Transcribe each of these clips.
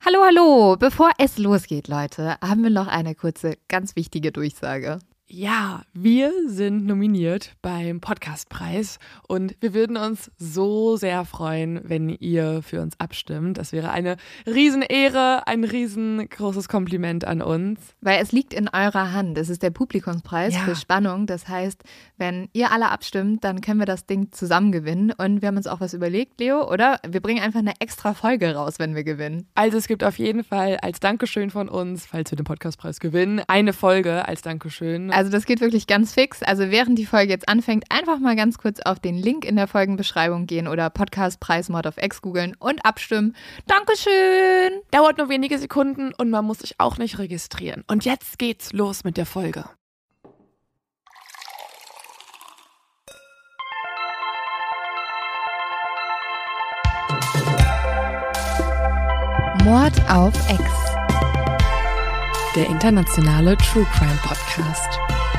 Hallo, hallo! Bevor es losgeht, Leute, haben wir noch eine kurze, ganz wichtige Durchsage. Ja, wir sind nominiert beim Podcastpreis und wir würden uns so sehr freuen, wenn ihr für uns abstimmt. Das wäre eine Riesenehre, ein riesengroßes Kompliment an uns. Weil es liegt in eurer Hand. Es ist der Publikumspreis für Spannung. Das heißt, wenn ihr alle abstimmt, dann können wir das Ding zusammen gewinnen. Und wir haben uns auch was überlegt, Leo, oder? Wir bringen einfach eine extra Folge raus, wenn wir gewinnen. Also es gibt auf jeden Fall als Dankeschön von uns, falls wir den Podcastpreis gewinnen, eine Folge als Dankeschön. Also das geht wirklich ganz fix. Also während die Folge jetzt anfängt, einfach mal ganz kurz auf den Link in der Folgenbeschreibung gehen oder Podcastpreis Mord of X googeln und abstimmen. Dankeschön! Dauert nur wenige Sekunden und man muss sich auch nicht registrieren. Und jetzt geht's los mit der Folge. Mord auf X. Der internationale True Crime Podcast.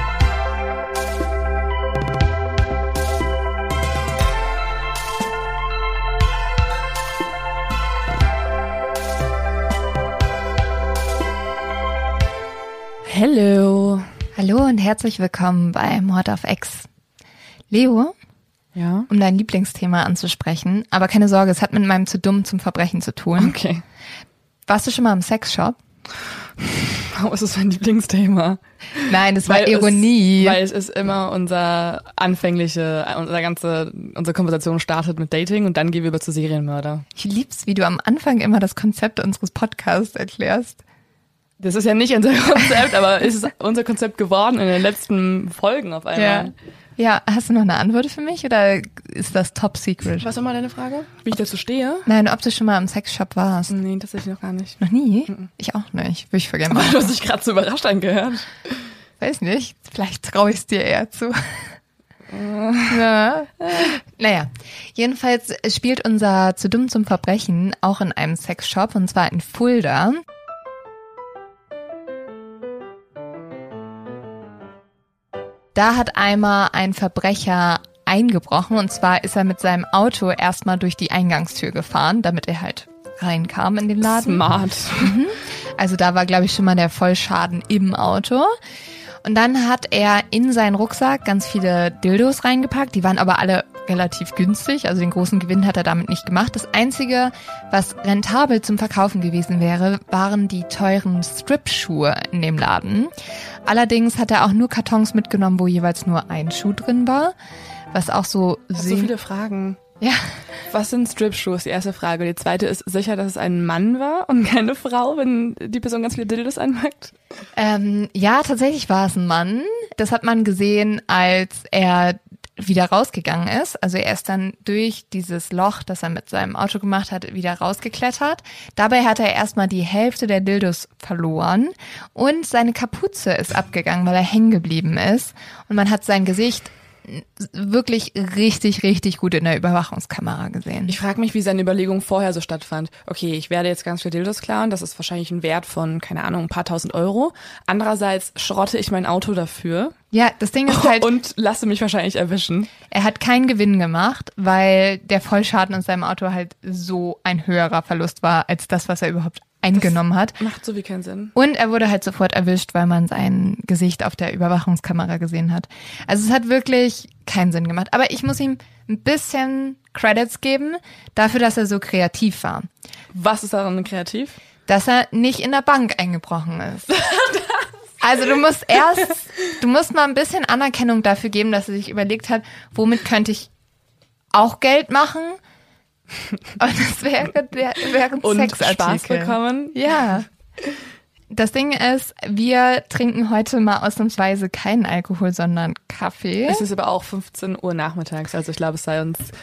Hallo. Hallo und herzlich willkommen bei Mord auf X. Leo, ja? Um dein Lieblingsthema anzusprechen, aber keine Sorge, es hat mit meinem zu dumm zum Verbrechen zu tun. Okay. Warst du schon mal im Sexshop? Warum ist das mein Lieblingsthema? Nein, das war Ironie. Weil es ist immer unsere Konversation startet mit Dating und dann gehen wir über zu Serienmörder. Ich lieb's, wie du am Anfang immer das Konzept unseres Podcasts erklärst. Das ist ja nicht unser Konzept, aber ist es unser Konzept geworden in den letzten Folgen auf einmal. Ja, hast du noch eine Antwort für mich oder ist das top secret? Was war mal deine Frage? Wie ich dazu stehe? Nein, ob du schon mal im Sexshop warst. Nee, tatsächlich noch gar nicht. Noch nie? Mhm. Ich auch nicht. Würde ich vergessen. Aber du hast dich gerade so überrascht angehört. Weiß nicht, vielleicht traue ich es dir eher zu. Ja. Naja, jedenfalls spielt unser Zu dumm zum Verbrechen auch in einem Sexshop und zwar in Fulda. Da hat einmal ein Verbrecher eingebrochen und zwar ist er mit seinem Auto erstmal durch die Eingangstür gefahren, damit er halt reinkam in den Laden. Smart. Also da war, glaube ich, schon mal der Vollschaden im Auto. Und dann hat er in seinen Rucksack ganz viele Dildos reingepackt, die waren aber alle relativ günstig, also den großen Gewinn hat er damit nicht gemacht. Das Einzige, was rentabel zum Verkaufen gewesen wäre, waren die teuren Strip-Schuhe in dem Laden. Allerdings hat er auch nur Kartons mitgenommen, wo jeweils nur ein Schuh drin war, was auch so... So viele Fragen. Ja. Was sind Strip-Schuhe, ist die erste Frage. Die zweite ist sicher, dass es ein Mann war und keine Frau, wenn die Person ganz viele Dildos anpackt? Ja, tatsächlich war es ein Mann. Das hat man gesehen, als er wieder rausgegangen ist. Also er ist dann durch dieses Loch, das er mit seinem Auto gemacht hat, wieder rausgeklettert. Dabei hat er erstmal die Hälfte der Dildos verloren und seine Kapuze ist abgegangen, weil er hängen geblieben ist. Und man hat sein Gesicht wirklich richtig, richtig gut in der Überwachungskamera gesehen. Ich frage mich, wie seine Überlegung vorher so stattfand. Okay, ich werde jetzt ganz viele Dildos klauen, das ist wahrscheinlich ein Wert von, keine Ahnung, ein paar tausend Euro. Andererseits schrotte ich mein Auto dafür. Ja, das Ding ist halt... Und lasse mich wahrscheinlich erwischen. Er hat keinen Gewinn gemacht, weil der Vollschaden in seinem Auto halt so ein höherer Verlust war, als das, was er überhaupt eingenommen hat. Macht so wie keinen Sinn. Und er wurde halt sofort erwischt, weil man sein Gesicht auf der Überwachungskamera gesehen hat. Also es hat wirklich keinen Sinn gemacht. Aber ich muss ihm ein bisschen Credits geben dafür, dass er so kreativ war. Was ist daran kreativ? Dass er nicht in der Bank eingebrochen ist. Also du musst mal ein bisschen Anerkennung dafür geben, dass er sich überlegt hat, womit könnte ich auch Geld machen? Und es wäre und Sexartikel. Spaß bekommen. Ja. Das Ding ist, wir trinken heute mal ausnahmsweise keinen Alkohol, sondern Kaffee. Es ist aber auch 15 Uhr nachmittags, also ich glaube, es sei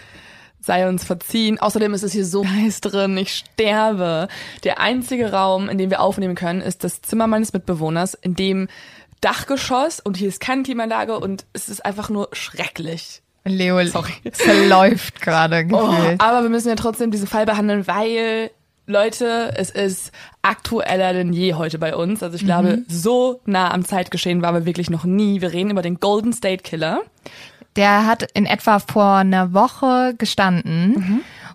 uns verziehen. Außerdem ist es hier so heiß drin, ich sterbe. Der einzige Raum, in dem wir aufnehmen können, ist das Zimmer meines Mitbewohners, in dem Dachgeschoss und hier ist keine Klimaanlage und es ist einfach nur schrecklich. Leo, es verläuft gerade gefühlt. Aber wir müssen ja trotzdem diesen Fall behandeln, weil, Leute, es ist aktueller denn je heute bei uns. Also ich glaube, so nah am Zeitgeschehen waren wir wirklich noch nie. Wir reden über den Golden State Killer. Der hat in etwa vor einer Woche gestanden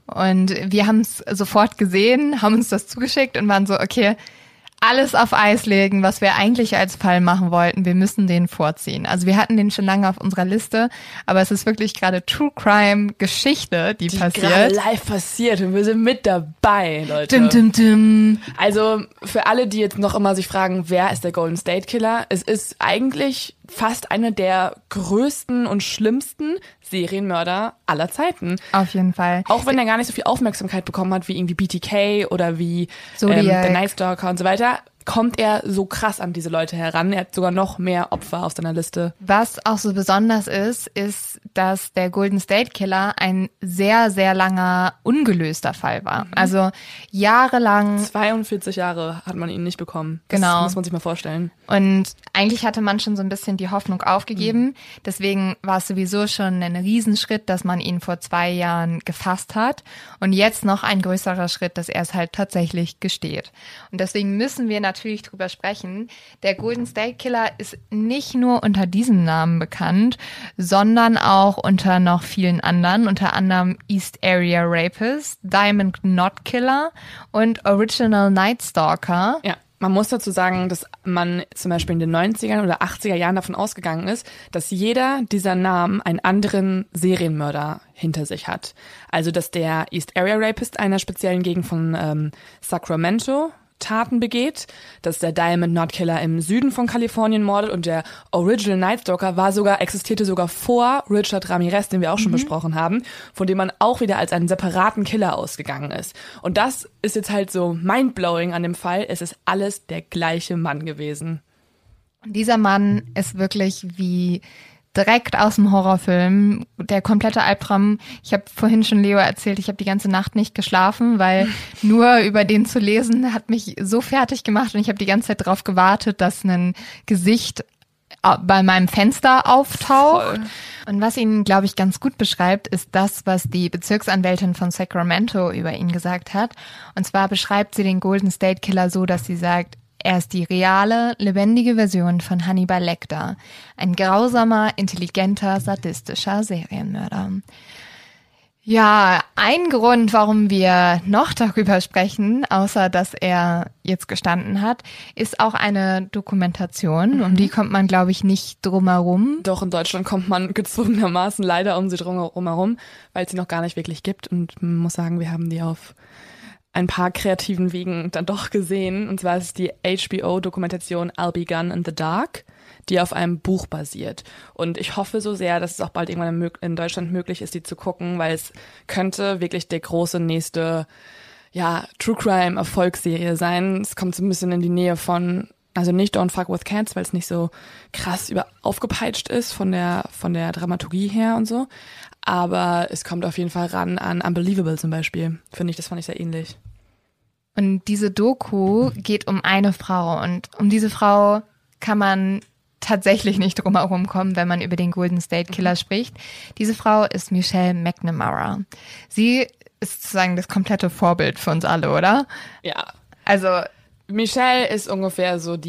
Und wir haben es sofort gesehen, haben uns das zugeschickt und waren so, okay, alles auf Eis legen, was wir eigentlich als Fall machen wollten. Wir müssen den vorziehen. Also wir hatten den schon lange auf unserer Liste, aber es ist wirklich gerade True Crime Geschichte, die passiert. Gerade live passiert und wir sind mit dabei, Leute. Dim, dim, dim. Also für alle, die jetzt noch immer sich fragen, wer ist der Golden State Killer? Es ist eigentlich fast einer der größten und schlimmsten Serienmörder aller Zeiten. Auf jeden Fall. Auch wenn er gar nicht so viel Aufmerksamkeit bekommen hat wie irgendwie BTK oder wie Zodiac. der Night Stalker und so weiter, kommt er so krass an diese Leute heran. Er hat sogar noch mehr Opfer auf seiner Liste. Was auch so besonders ist, dass der Golden State Killer ein sehr, sehr langer ungelöster Fall war. Also jahrelang. 42 Jahre hat man ihn nicht bekommen. Genau. Das muss man sich mal vorstellen. Und eigentlich hatte man schon so ein bisschen die Hoffnung aufgegeben. Deswegen war es sowieso schon ein Riesenschritt, dass man ihn vor 2 Jahren gefasst hat. Und jetzt noch ein größerer Schritt, dass er es halt tatsächlich gesteht. Und deswegen müssen wir natürlich drüber sprechen. Der Golden State Killer ist nicht nur unter diesem Namen bekannt, sondern auch unter noch vielen anderen, unter anderem East Area Rapist, Diamond Knot Killer und Original Night Stalker. Ja. Man muss dazu sagen, dass man zum Beispiel in den 90er oder 80er Jahren davon ausgegangen ist, dass jeder dieser Namen einen anderen Serienmörder hinter sich hat. Also, dass der East Area Rapist einer speziellen Gegend von Sacramento Taten begeht, dass der Diamond Knot Killer im Süden von Kalifornien mordet und der Original Night Stalker existierte sogar vor Richard Ramirez, den wir auch schon besprochen haben, von dem man auch wieder als einen separaten Killer ausgegangen ist. Und das ist jetzt halt so mindblowing an dem Fall. Es ist alles der gleiche Mann gewesen. Dieser Mann ist wirklich wie direkt aus dem Horrorfilm, der komplette Albtraum. Ich habe vorhin schon Leo erzählt, ich habe die ganze Nacht nicht geschlafen, weil nur über den zu lesen hat mich so fertig gemacht und ich habe die ganze Zeit darauf gewartet, dass ein Gesicht bei meinem Fenster auftaucht. Voll. Und was ihn, glaube ich, ganz gut beschreibt, ist das, was die Bezirksanwältin von Sacramento über ihn gesagt hat. Und zwar beschreibt sie den Golden State Killer so, dass sie sagt, er ist die reale, lebendige Version von Hannibal Lecter. Ein grausamer, intelligenter, sadistischer Serienmörder. Ja, ein Grund, warum wir noch darüber sprechen, außer dass er jetzt gestanden hat, ist auch eine Dokumentation. Um die kommt man, glaube ich, nicht drumherum. Doch, in Deutschland kommt man gezwungenermaßen leider um sie drumherum herum, weil es sie noch gar nicht wirklich gibt. Und man muss sagen, wir haben die auf ein paar kreativen Wegen dann doch gesehen. Und zwar ist es die HBO-Dokumentation I'll Be Gone in the Dark, die auf einem Buch basiert. Und ich hoffe so sehr, dass es auch bald irgendwann in Deutschland möglich ist, die zu gucken, weil es könnte wirklich der große nächste, True Crime Erfolgsserie sein. Es kommt so ein bisschen in die Nähe von, also nicht Don't Fuck with Cats, weil es nicht so krass aufgepeitscht ist von der Dramaturgie her und so. Aber es kommt auf jeden Fall ran an Unbelievable zum Beispiel. Das fand ich sehr ähnlich. Und diese Doku geht um eine Frau. Und um diese Frau kann man tatsächlich nicht drum herum kommen, wenn man über den Golden State Killer spricht. Diese Frau ist Michelle McNamara. Sie ist sozusagen das komplette Vorbild für uns alle, oder? Ja. Also Michelle ist ungefähr so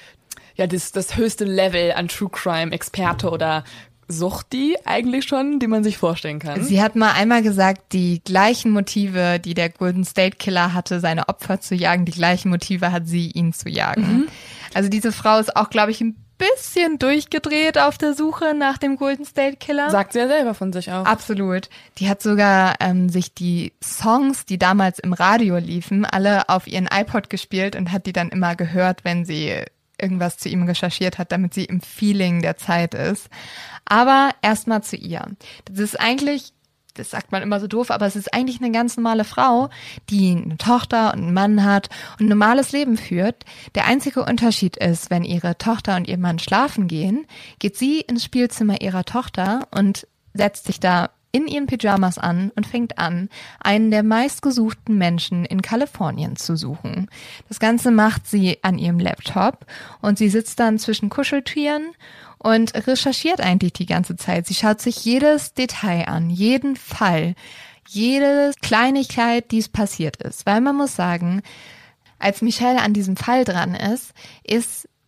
das höchste Level an True Crime Experte oder Suchti eigentlich schon, die man sich vorstellen kann. Sie hat mal einmal gesagt, die gleichen Motive, die der Golden State Killer hatte, seine Opfer zu jagen, die gleichen Motive hat sie, ihn zu jagen. Also diese Frau ist auch, glaube ich, ein bisschen durchgedreht auf der Suche nach dem Golden State Killer. Sagt sie ja selber von sich auch. Absolut. Die hat sogar sich die Songs, die damals im Radio liefen, alle auf ihren iPod gespielt und hat die dann immer gehört, wenn sie irgendwas zu ihm recherchiert hat, damit sie im Feeling der Zeit ist. Aber erstmal zu ihr. Das ist eigentlich, das sagt man immer so doof, aber es ist eigentlich eine ganz normale Frau, die eine Tochter und einen Mann hat und ein normales Leben führt. Der einzige Unterschied ist, wenn ihre Tochter und ihr Mann schlafen gehen, geht sie ins Spielzimmer ihrer Tochter und setzt sich da in ihren Pyjamas an und fängt an, einen der meistgesuchten Menschen in Kalifornien zu suchen. Das Ganze macht sie an ihrem Laptop und sie sitzt dann zwischen Kuscheltieren und recherchiert eigentlich die ganze Zeit. Sie schaut sich jedes Detail an, jeden Fall, jede Kleinigkeit, die es passiert ist. Weil man muss sagen, als Michelle an diesem Fall dran ist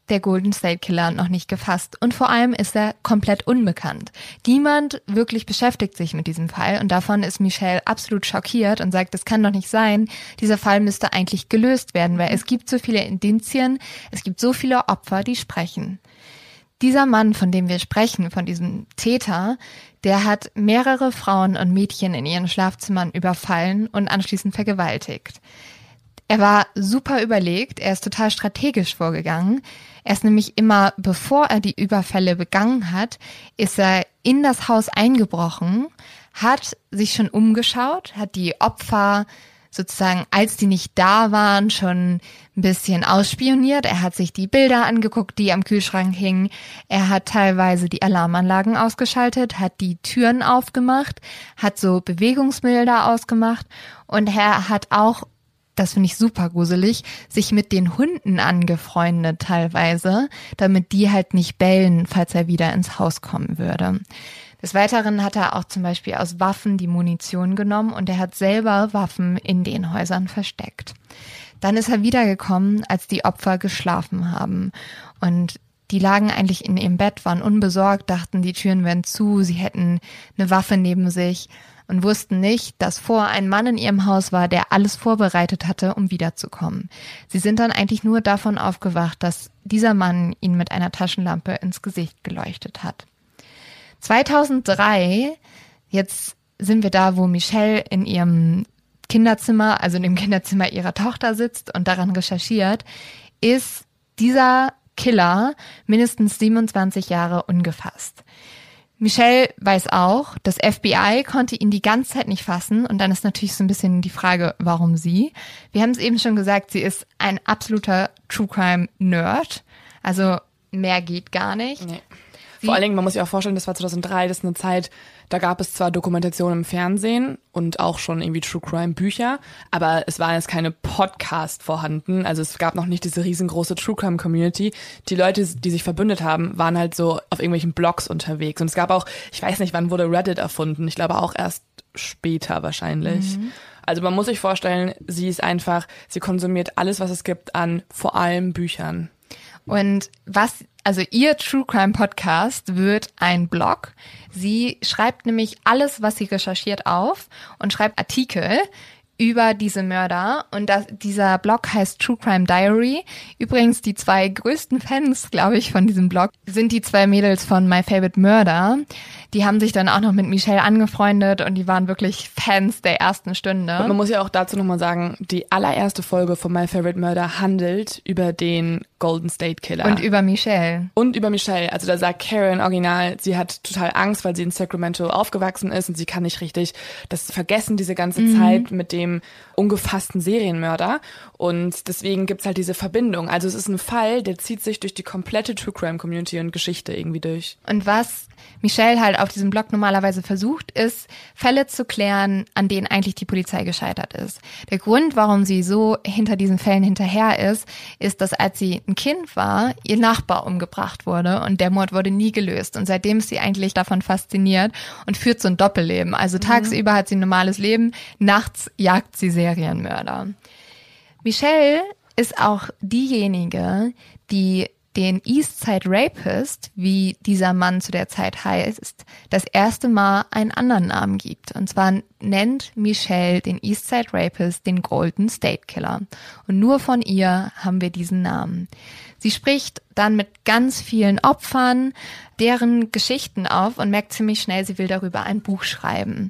der Golden State Killer noch nicht gefasst und vor allem ist er komplett unbekannt. Niemand wirklich beschäftigt sich mit diesem Fall und davon ist Michelle absolut schockiert und sagt, das kann doch nicht sein, dieser Fall müsste eigentlich gelöst werden, weil es gibt so viele Indizien, es gibt so viele Opfer, die sprechen. Dieser Mann, von dem wir sprechen, von diesem Täter, der hat mehrere Frauen und Mädchen in ihren Schlafzimmern überfallen und anschließend vergewaltigt. Er war super überlegt, er ist total strategisch vorgegangen. Er ist nämlich immer, bevor er die Überfälle begangen hat, ist er in das Haus eingebrochen, hat sich schon umgeschaut, hat die Opfer sozusagen, als die nicht da waren, schon ein bisschen ausspioniert. Er hat sich die Bilder angeguckt, die am Kühlschrank hingen. Er hat teilweise die Alarmanlagen ausgeschaltet, hat die Türen aufgemacht, hat so Bewegungsmelder ausgemacht und er hat auch, das finde ich super gruselig, sich mit den Hunden angefreundet teilweise, damit die halt nicht bellen, falls er wieder ins Haus kommen würde. Des Weiteren hat er auch zum Beispiel aus Waffen die Munition genommen und er hat selber Waffen in den Häusern versteckt. Dann ist er wiedergekommen, als die Opfer geschlafen haben und die lagen eigentlich in ihrem Bett, waren unbesorgt, dachten, die Türen wären zu, sie hätten eine Waffe neben sich und wussten nicht, dass vor ein Mann in ihrem Haus war, der alles vorbereitet hatte, um wiederzukommen. Sie sind dann eigentlich nur davon aufgewacht, dass dieser Mann ihnen mit einer Taschenlampe ins Gesicht geleuchtet hat. 2003, jetzt sind wir da, wo Michelle in ihrem Kinderzimmer, also in dem Kinderzimmer ihrer Tochter sitzt und daran recherchiert, ist dieser Killer mindestens 27 Jahre ungefasst. Michelle weiß auch, das FBI konnte ihn die ganze Zeit nicht fassen und dann ist natürlich so ein bisschen die Frage, warum sie? Wir haben es eben schon gesagt, sie ist ein absoluter True Crime Nerd, also mehr geht gar nicht. Nee. Vor allen Dingen, man muss sich auch vorstellen, das war 2003, das ist eine Zeit, da gab es zwar Dokumentationen im Fernsehen und auch schon irgendwie True Crime Bücher, aber es waren jetzt keine Podcast vorhanden, also es gab noch nicht diese riesengroße True Crime Community. Die Leute, die sich verbündet haben, waren halt so auf irgendwelchen Blogs unterwegs und es gab auch, ich weiß nicht, wann wurde Reddit erfunden, ich glaube auch erst später wahrscheinlich. Also man muss sich vorstellen, sie konsumiert alles, was es gibt an vor allem Büchern. Und also ihr True Crime Podcast wird ein Blog. Sie schreibt nämlich alles, was sie recherchiert auf und schreibt Artikel über diese Mörder und dieser Blog heißt True Crime Diary. Übrigens die 2 größten Fans, glaube ich, von diesem Blog sind die 2 Mädels von My Favorite Murder. Die haben sich dann auch noch mit Michelle angefreundet und die waren wirklich Fans der ersten Stunde. Und man muss ja auch dazu nochmal sagen, die allererste Folge von My Favorite Murder handelt über den Golden State Killer. Und über Michelle. Also da sagt Karen original, sie hat total Angst, weil sie in Sacramento aufgewachsen ist und sie kann nicht richtig das vergessen, diese ganze Zeit mit dem ungefassten Serienmörder. Und deswegen gibt's halt diese Verbindung. Also es ist ein Fall, der zieht sich durch die komplette True Crime Community und Geschichte irgendwie durch. Und was Michelle halt auf diesem Blog normalerweise versucht, ist, Fälle zu klären, an denen eigentlich die Polizei gescheitert ist. Der Grund, warum sie so hinter diesen Fällen hinterher ist, dass als sie ein Kind war, ihr Nachbar umgebracht wurde und der Mord wurde nie gelöst. Und seitdem ist sie eigentlich davon fasziniert und führt so ein Doppelleben. Also tagsüber hat sie ein normales Leben, nachts jagt sie Serienmörder. Michelle ist auch diejenige, die den Eastside Rapist, wie dieser Mann zu der Zeit heißt, das erste Mal einen anderen Namen gibt. Und zwar nennt Michelle den Eastside Rapist den Golden State Killer. Und nur von ihr haben wir diesen Namen. Sie spricht dann mit ganz vielen Opfern deren Geschichten auf und merkt ziemlich schnell, sie will darüber ein Buch schreiben.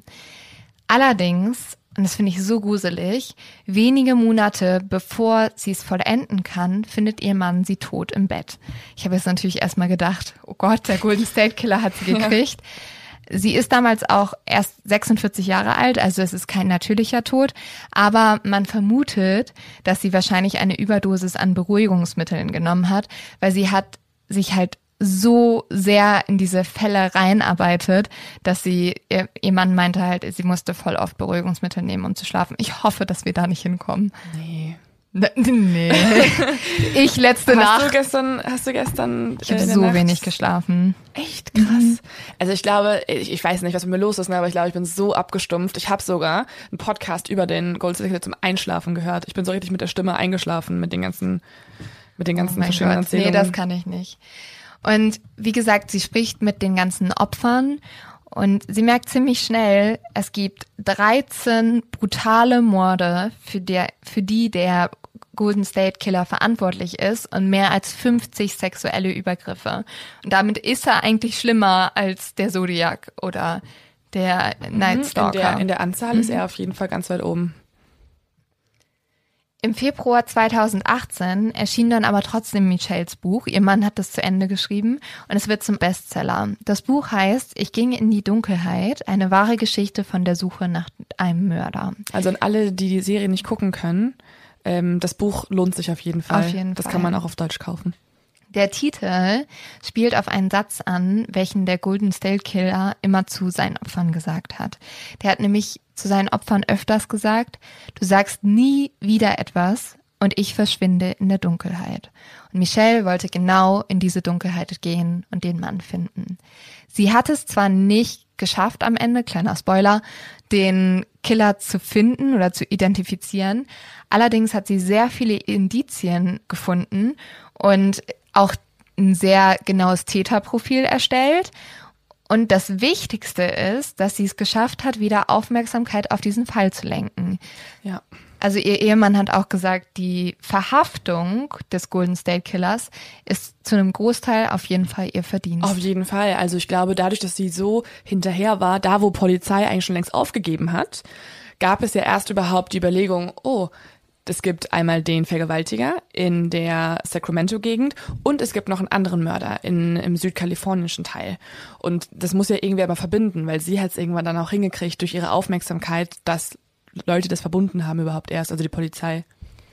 Allerdings, und das finde ich so gruselig, wenige Monate bevor sie es vollenden kann, findet ihr Mann sie tot im Bett. Ich habe jetzt natürlich erstmal gedacht, oh Gott, der Golden State Killer hat sie gekriegt. Ja. Sie ist damals auch erst 46 Jahre alt, also es ist kein natürlicher Tod, aber man vermutet, dass sie wahrscheinlich eine Überdosis an Beruhigungsmitteln genommen hat, weil sie hat sich halt so sehr in diese Fälle reinarbeitet, dass ihr Mann meinte halt, sie musste voll oft Beruhigungsmittel nehmen, um zu schlafen. Ich hoffe, dass wir da nicht hinkommen. Nee. Nee. Ich letzte Nacht. Hast du gestern? Ich habe so Nacht wenig geschlafen. Echt krass. Also ich glaube, ich weiß nicht, was mit mir los ist, aber ich glaube, ich bin so abgestumpft. Ich habe sogar einen Podcast über den Golden State Killer zum Einschlafen gehört. Ich bin so richtig mit der Stimme eingeschlafen, mit den ganzen Mit den ganzen mein verschiedenen Gott, Erzählungen. nee, das kann ich nicht. Und wie gesagt, sie spricht mit den ganzen Opfern und sie merkt ziemlich schnell, es gibt 13 brutale Morde, für die der Golden State Killer verantwortlich ist und mehr als 50 sexuelle Übergriffe. Und damit ist er eigentlich schlimmer als der Zodiac oder der Night Stalker. In der Anzahl ist er auf jeden Fall ganz weit oben. Im Februar 2018 erschien dann aber trotzdem Michelles Buch. Ihr Mann hat das zu Ende geschrieben und es wird zum Bestseller. Das Buch heißt Ich ging in die Dunkelheit, eine wahre Geschichte von der Suche nach einem Mörder. Also an alle, die die Serie nicht gucken können, das Buch lohnt sich auf jeden Fall. Auf jeden das Fall. kann man auch auf Deutsch kaufen. Der Titel spielt auf einen Satz an, welchen der Golden State Killer immer zu seinen Opfern gesagt hat. Der hat nämlich zu seinen Opfern öfters gesagt, du sagst nie wieder etwas und ich verschwinde in der Dunkelheit. Und Michelle wollte genau in diese Dunkelheit gehen und den Mann finden. Sie hat es zwar nicht geschafft am Ende, kleiner Spoiler, den Killer zu finden oder zu identifizieren, allerdings hat sie sehr viele Indizien gefunden und auch ein sehr genaues Täterprofil erstellt. Und das Wichtigste ist, dass sie es geschafft hat, wieder Aufmerksamkeit auf diesen Fall zu lenken. Ja. Also ihr Ehemann hat auch gesagt, die Verhaftung des Golden State Killers ist zu einem Großteil auf jeden Fall ihr Verdienst. Auf jeden Fall. Also ich glaube, dadurch, dass sie so hinterher war, da wo Polizei eigentlich schon längst aufgegeben hat, gab es ja erst überhaupt die Überlegung, es gibt einmal den Vergewaltiger in der Sacramento-Gegend und es gibt noch einen anderen Mörder im südkalifornischen Teil. Und das muss ja irgendwie aber verbinden, weil sie hat es irgendwann dann auch hingekriegt durch ihre Aufmerksamkeit, dass Leute das verbunden haben überhaupt erst, also die Polizei.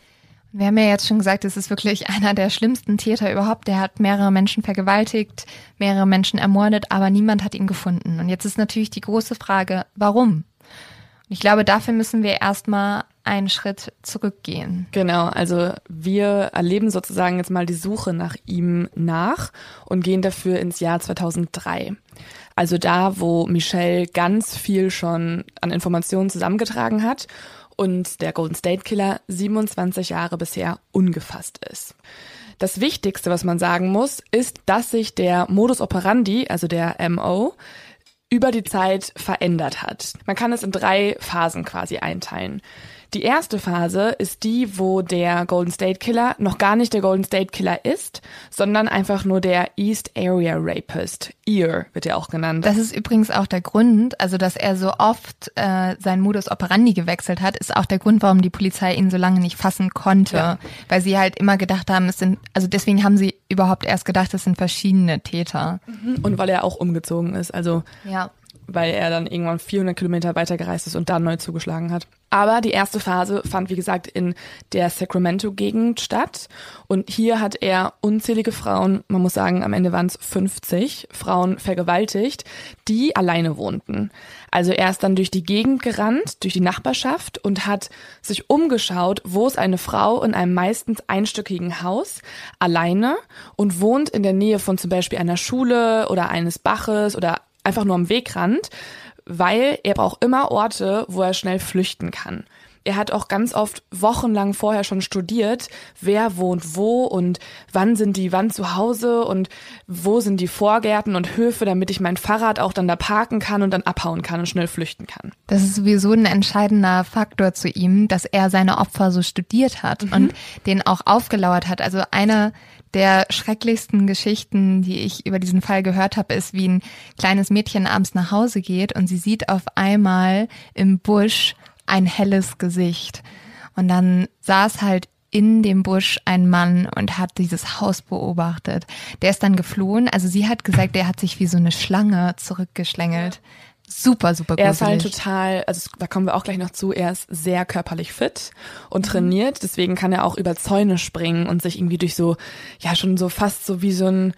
Wir haben ja jetzt schon gesagt, es ist wirklich einer der schlimmsten Täter überhaupt. Der hat mehrere Menschen vergewaltigt, mehrere Menschen ermordet, aber niemand hat ihn gefunden. Und jetzt ist natürlich die große Frage, warum? Und ich glaube, dafür müssen wir erstmal einen Schritt zurückgehen. Genau, also wir erleben sozusagen jetzt mal die Suche nach ihm nach und gehen dafür ins Jahr 2003. Also da, wo Michelle ganz viel schon an Informationen zusammengetragen hat und der Golden State Killer 27 Jahre bisher ungefasst ist. Das Wichtigste, was man sagen muss, ist, dass sich der Modus operandi, also der MO, über die Zeit verändert hat. Man kann es in 3 Phasen quasi einteilen. Die erste Phase ist die, wo der Golden State Killer noch gar nicht der Golden State Killer ist, sondern einfach nur der East Area Rapist. EAR wird er auch genannt. Das ist übrigens auch der Grund, also dass er so oft seinen Modus operandi gewechselt hat, ist auch der Grund, warum die Polizei ihn so lange nicht fassen konnte. Ja. Weil sie halt immer gedacht haben, deswegen haben sie überhaupt erst gedacht, es sind verschiedene Täter. Und weil er auch umgezogen ist, also ja. Weil er dann irgendwann 400 Kilometer weitergereist ist und da neu zugeschlagen hat. Aber die erste Phase fand, wie gesagt, in der Sacramento-Gegend statt. Und hier hat er unzählige Frauen, man muss sagen, am Ende waren es 50 Frauen vergewaltigt, die alleine wohnten. Also er ist dann durch die Gegend gerannt, durch die Nachbarschaft und hat sich umgeschaut, wo ist eine Frau in einem meistens einstöckigen Haus alleine und wohnt in der Nähe von zum Beispiel einer Schule oder eines Baches oder einfach nur am Wegrand, weil er braucht immer Orte, wo er schnell flüchten kann. Er hat auch ganz oft wochenlang vorher schon studiert, wer wohnt wo und wann sind die wann zu Hause und wo sind die Vorgärten und Höfe, damit ich mein Fahrrad auch dann da parken kann und dann abhauen kann und schnell flüchten kann. Das ist sowieso ein entscheidender Faktor zu ihm, dass er seine Opfer so studiert hat und denen auch aufgelauert hat. Also eine der schrecklichsten Geschichten, die ich über diesen Fall gehört habe, ist, wie ein kleines Mädchen abends nach Hause geht und sie sieht auf einmal im Busch ein helles Gesicht. Und dann saß halt in dem Busch ein Mann und hat dieses Haus beobachtet. Der ist dann geflohen. Also sie hat gesagt, der hat sich wie so eine Schlange zurückgeschlängelt. Super, super gruselig. Er ist halt total, also da kommen wir auch gleich noch zu, er ist sehr körperlich fit und trainiert. Deswegen kann er auch über Zäune springen und sich irgendwie durch so, ja schon so fast so wie so ein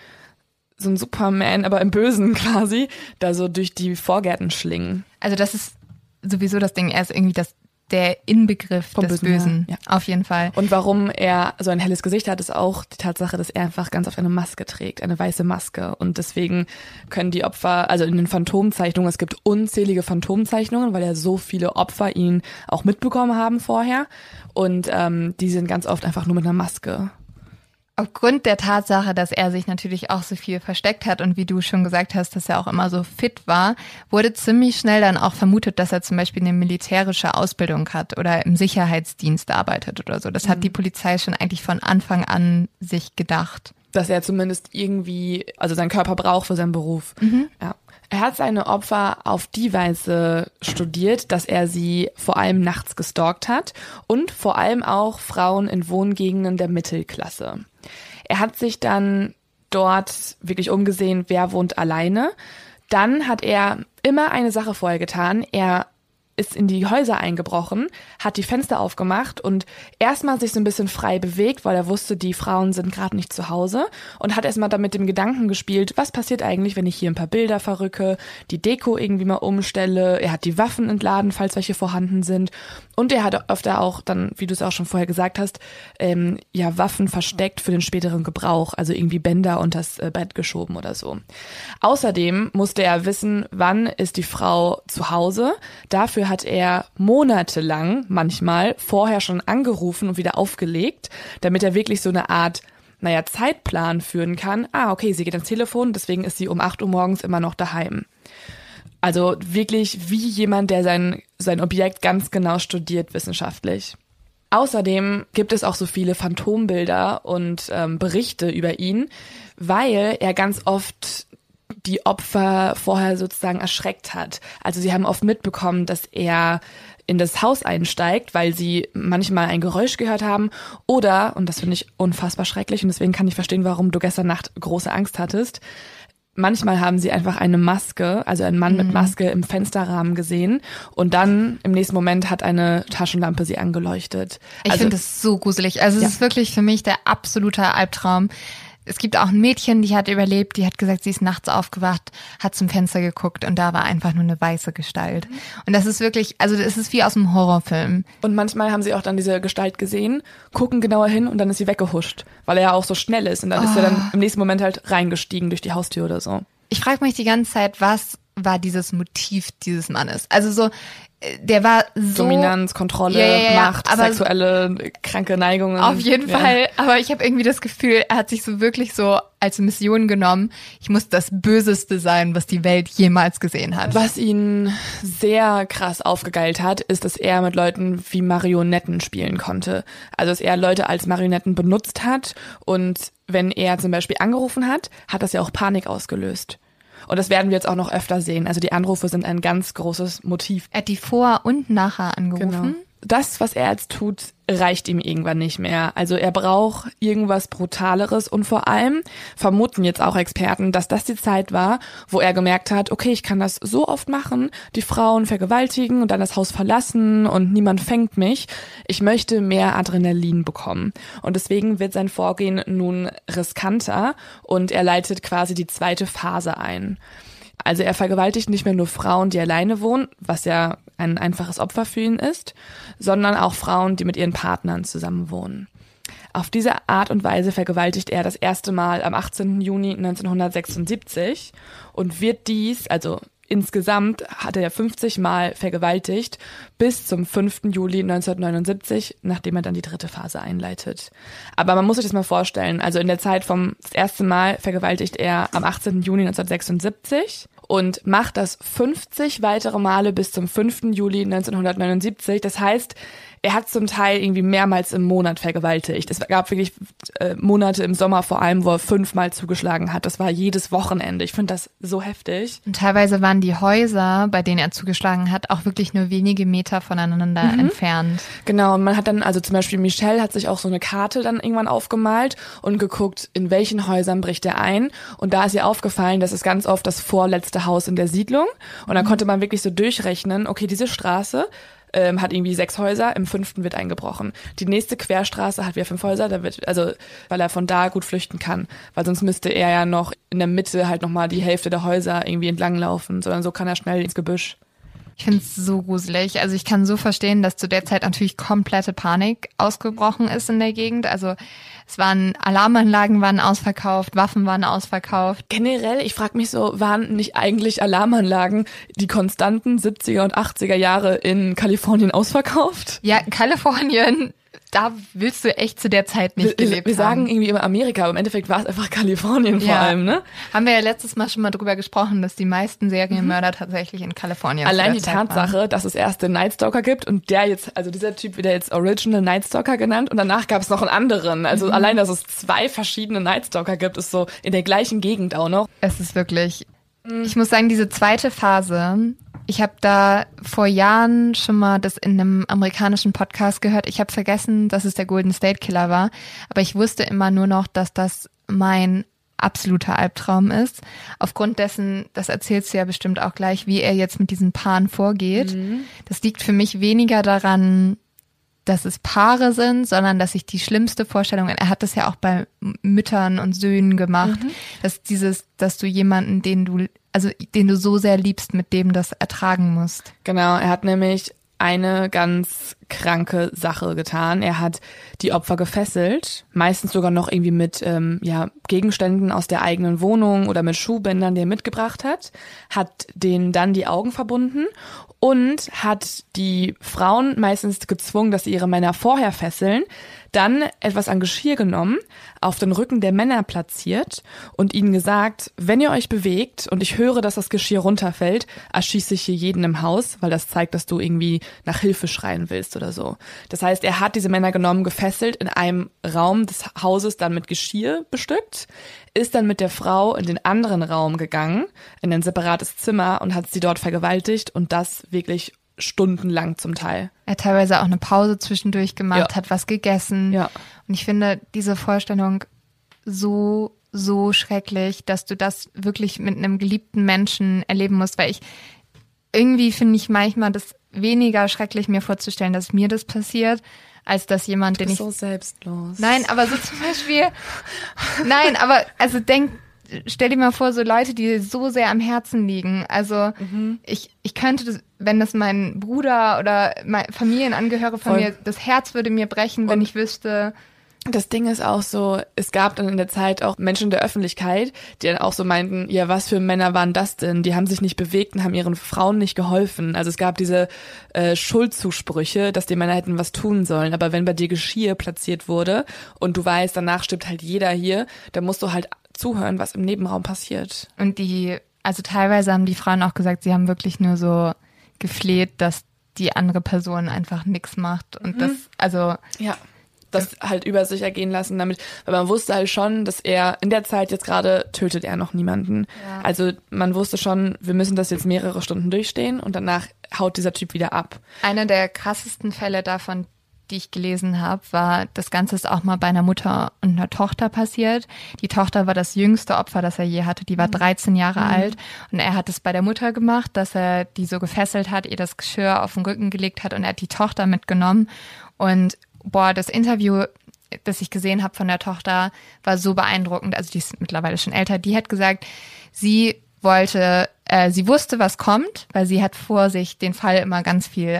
Superman, aber im Bösen quasi, da so durch die Vorgärten schlingen. Also das ist sowieso das Ding, er ist irgendwie der Inbegriff vom des Bösen. Ja. Auf jeden Fall. Und warum er so ein helles Gesicht hat, ist auch die Tatsache, dass er einfach ganz oft eine Maske trägt, eine weiße Maske. Und deswegen können die Opfer, also in den Phantomzeichnungen, es gibt unzählige Phantomzeichnungen, weil ja so viele Opfer ihn auch mitbekommen haben vorher. Und die sind ganz oft einfach nur mit einer Maske. Aufgrund der Tatsache, dass er sich natürlich auch so viel versteckt hat und wie du schon gesagt hast, dass er auch immer so fit war, wurde ziemlich schnell dann auch vermutet, dass er zum Beispiel eine militärische Ausbildung hat oder im Sicherheitsdienst arbeitet oder so. Das hat die Polizei schon eigentlich von Anfang an sich gedacht. Dass er zumindest irgendwie, also seinen Körper braucht für seinen Beruf. Ja. Er hat seine Opfer auf die Weise studiert, dass er sie vor allem nachts gestalkt hat und vor allem auch Frauen in Wohngegenden der Mittelklasse. Er hat sich dann dort wirklich umgesehen, wer wohnt alleine. Dann hat er immer eine Sache vorher getan. Er ist in die Häuser eingebrochen, hat die Fenster aufgemacht und erstmal sich so ein bisschen frei bewegt, weil er wusste, die Frauen sind gerade nicht zu Hause und hat erstmal damit dem Gedanken gespielt, was passiert eigentlich, wenn ich hier ein paar Bilder verrücke, die Deko irgendwie mal umstelle. Er hat die Waffen entladen, falls welche vorhanden sind, und er hat öfter auch dann, wie du es auch schon vorher gesagt hast, Waffen versteckt für den späteren Gebrauch, also irgendwie Bänder unters Bett geschoben oder so. Außerdem musste er wissen, wann ist die Frau zu Hause. Dafür hat er monatelang manchmal vorher schon angerufen und wieder aufgelegt, damit er wirklich so eine Art, Zeitplan führen kann. Okay, sie geht ans Telefon, deswegen ist sie um 8 Uhr morgens immer noch daheim. Also wirklich wie jemand, der sein Objekt ganz genau studiert wissenschaftlich. Außerdem gibt es auch so viele Phantombilder und Berichte über ihn, weil er ganz oft die Opfer vorher sozusagen erschreckt hat. Also sie haben oft mitbekommen, dass er in das Haus einsteigt, weil sie manchmal ein Geräusch gehört haben oder, und das finde ich unfassbar schrecklich und deswegen kann ich verstehen, warum du gestern Nacht große Angst hattest, manchmal haben sie einfach eine Maske, also einen Mann mit Maske im Fensterrahmen gesehen und dann im nächsten Moment hat eine Taschenlampe sie angeleuchtet. Ich finde das so gruselig. Also es ist wirklich für mich der absolute Albtraum. Es gibt auch ein Mädchen, die hat überlebt, die hat gesagt, sie ist nachts aufgewacht, hat zum Fenster geguckt und da war einfach nur eine weiße Gestalt. Und das ist wirklich, also das ist wie aus einem Horrorfilm. Und manchmal haben sie auch dann diese Gestalt gesehen, gucken genauer hin und dann ist sie weggehuscht, weil er ja auch so schnell ist und dann ist er dann im nächsten Moment halt reingestiegen durch die Haustür oder so. Ich frage mich die ganze Zeit, was war dieses Motiv dieses Mannes? Also so, der war so... Dominanz, Kontrolle, Macht, sexuelle, kranke Neigungen. Auf jeden Fall, aber ich habe irgendwie das Gefühl, er hat sich so wirklich so als Mission genommen, ich muss das Böseste sein, was die Welt jemals gesehen hat. Was ihn sehr krass aufgegeilt hat, ist, dass er mit Leuten wie Marionetten spielen konnte. Also dass er Leute als Marionetten benutzt hat und wenn er zum Beispiel angerufen hat, hat das ja auch Panik ausgelöst. Und das werden wir jetzt auch noch öfter sehen. Also die Anrufe sind ein ganz großes Motiv. Er hat die vor und nachher angerufen. Genau. Das, was er jetzt tut, reicht ihm irgendwann nicht mehr. Also er braucht irgendwas Brutaleres und vor allem vermuten jetzt auch Experten, dass das die Zeit war, wo er gemerkt hat, okay, ich kann das so oft machen, die Frauen vergewaltigen und dann das Haus verlassen und niemand fängt mich. Ich möchte mehr Adrenalin bekommen. Und deswegen wird sein Vorgehen nun riskanter und er leitet quasi die zweite Phase ein. Also er vergewaltigt nicht mehr nur Frauen, die alleine wohnen, was ja ein einfaches Opfer für ihn ist, sondern auch Frauen, die mit ihren Partnern zusammen wohnen. Auf diese Art und Weise vergewaltigt er das erste Mal am 18. Juni 1976 und wird dies, also insgesamt hat er 50 Mal vergewaltigt bis zum 5. Juli 1979, nachdem er dann die dritte Phase einleitet. Aber man muss sich das mal vorstellen, also in der Zeit das erste Mal vergewaltigt er am 18. Juni 1976 und macht das 50 weitere Male bis zum 5. Juli 1979. Das heißt, er hat zum Teil irgendwie mehrmals im Monat vergewaltigt. Es gab wirklich Monate im Sommer vor allem, wo er 5-mal zugeschlagen hat. Das war jedes Wochenende. Ich finde das so heftig. Und teilweise waren die Häuser, bei denen er zugeschlagen hat, auch wirklich nur wenige Meter voneinander entfernt. Genau, und man hat dann, also zum Beispiel Michelle hat sich auch so eine Karte dann irgendwann aufgemalt und geguckt, in welchen Häusern bricht er ein. Und da ist ihr aufgefallen, das ist ganz oft das vorletzte Haus in der Siedlung. Und dann konnte man wirklich so durchrechnen, okay, diese Straße hat irgendwie 6 Häuser, im 5. wird eingebrochen. Die nächste Querstraße hat wieder 5 Häuser, weil er von da gut flüchten kann. Weil sonst müsste er ja noch in der Mitte halt nochmal die Hälfte der Häuser irgendwie entlanglaufen, sondern so kann er schnell ins Gebüsch. Ich finde es so gruselig. Also ich kann so verstehen, dass zu der Zeit natürlich komplette Panik ausgebrochen ist in der Gegend. Also Alarmanlagen waren ausverkauft, Waffen waren ausverkauft. Generell, ich frage mich so, waren nicht eigentlich Alarmanlagen die konstanten 70er und 80er Jahre in Kalifornien ausverkauft? Ja, Kalifornien da willst du echt zu der Zeit nicht gelebt haben. Wir sagen irgendwie immer Amerika, aber im Endeffekt war es einfach Kalifornien vor allem, ne? Haben wir ja letztes Mal schon mal drüber gesprochen, dass die meisten Serienmörder tatsächlich in Kalifornien Allein die Zeit Tatsache, waren. dass es erst den Night Stalker gibt und der jetzt, also dieser Typ wird jetzt Original Night Stalker genannt und danach gab es noch einen anderen. Also allein, dass es 2 verschiedene Night Stalker gibt, ist so in der gleichen Gegend auch noch. Es ist wirklich, ich muss sagen, diese zweite Phase, ich habe da vor Jahren schon mal das in einem amerikanischen Podcast gehört. Ich habe vergessen, dass es der Golden State Killer war, aber ich wusste immer nur noch, dass das mein absoluter Albtraum ist. Aufgrund dessen, das erzählst du ja bestimmt auch gleich, wie er jetzt mit diesen Paaren vorgeht. Das liegt für mich weniger daran, dass es Paare sind, sondern dass ich die schlimmste Vorstellung, er hat das ja auch bei Müttern und Söhnen gemacht, dass du jemanden, den du so sehr liebst, mit dem das ertragen musst. Genau, er hat nämlich eine ganz kranke Sache getan. Er hat die Opfer gefesselt, meistens sogar noch irgendwie mit Gegenständen aus der eigenen Wohnung oder mit Schuhbändern, die er mitgebracht hat denen dann die Augen verbunden und hat die Frauen meistens gezwungen, dass sie ihre Männer vorher fesseln, dann etwas an Geschirr genommen, auf den Rücken der Männer platziert und ihnen gesagt, wenn ihr euch bewegt und ich höre, dass das Geschirr runterfällt, erschieße ich hier jeden im Haus, weil das zeigt, dass du irgendwie nach Hilfe schreien willst oder so. Das heißt, er hat diese Männer genommen, gefesselt, in einem Raum des Hauses dann mit Geschirr bestückt, ist dann mit der Frau in den anderen Raum gegangen, in ein separates Zimmer und hat sie dort vergewaltigt und das wirklich stundenlang zum Teil. Er hat teilweise auch eine Pause zwischendurch gemacht, hat was gegessen. Ja. Und ich finde diese Vorstellung so schrecklich, dass du das wirklich mit einem geliebten Menschen erleben musst, weil irgendwie finde ich manchmal das weniger schrecklich, mir vorzustellen, dass mir das passiert, als dass jemand, den ich... so selbstlos. Nein, aber so zum Beispiel... Nein, aber also stell dir mal vor, so Leute, die so sehr am Herzen liegen. Also ich könnte das, wenn das mein Bruder oder mein Familienangehörige von mir, das Herz würde mir brechen, wenn ich wüsste... Das Ding ist auch so, es gab dann in der Zeit auch Menschen in der Öffentlichkeit, die dann auch so meinten, ja, was für Männer waren das denn? Die haben sich nicht bewegt und haben ihren Frauen nicht geholfen. Also es gab diese Schuldzusprüche, dass die Männer hätten was tun sollen. Aber wenn bei dir Geschirr platziert wurde und du weißt, danach stirbt halt jeder hier, dann musst du halt zuhören, was im Nebenraum passiert. Und also teilweise haben die Frauen auch gesagt, sie haben wirklich nur so gefleht, dass die andere Person einfach nichts macht. Und das halt über sich ergehen lassen damit, weil man wusste halt schon, dass er in der Zeit jetzt gerade tötet er noch niemanden. Ja. Also man wusste schon, wir müssen das jetzt mehrere Stunden durchstehen und danach haut dieser Typ wieder ab. Einer der krassesten Fälle davon, die ich gelesen habe, war, das Ganze ist auch mal bei einer Mutter und einer Tochter passiert. Die Tochter war das jüngste Opfer, das er je hatte. Die war 13 Jahre alt und er hat es bei der Mutter gemacht, dass er die so gefesselt hat, ihr das Geschirr auf den Rücken gelegt hat und er hat die Tochter mitgenommen und das Interview, das ich gesehen habe von der Tochter, war so beeindruckend. Also die ist mittlerweile schon älter. Die hat gesagt, sie wusste, was kommt, weil sie hat vor sich den Fall immer ganz viel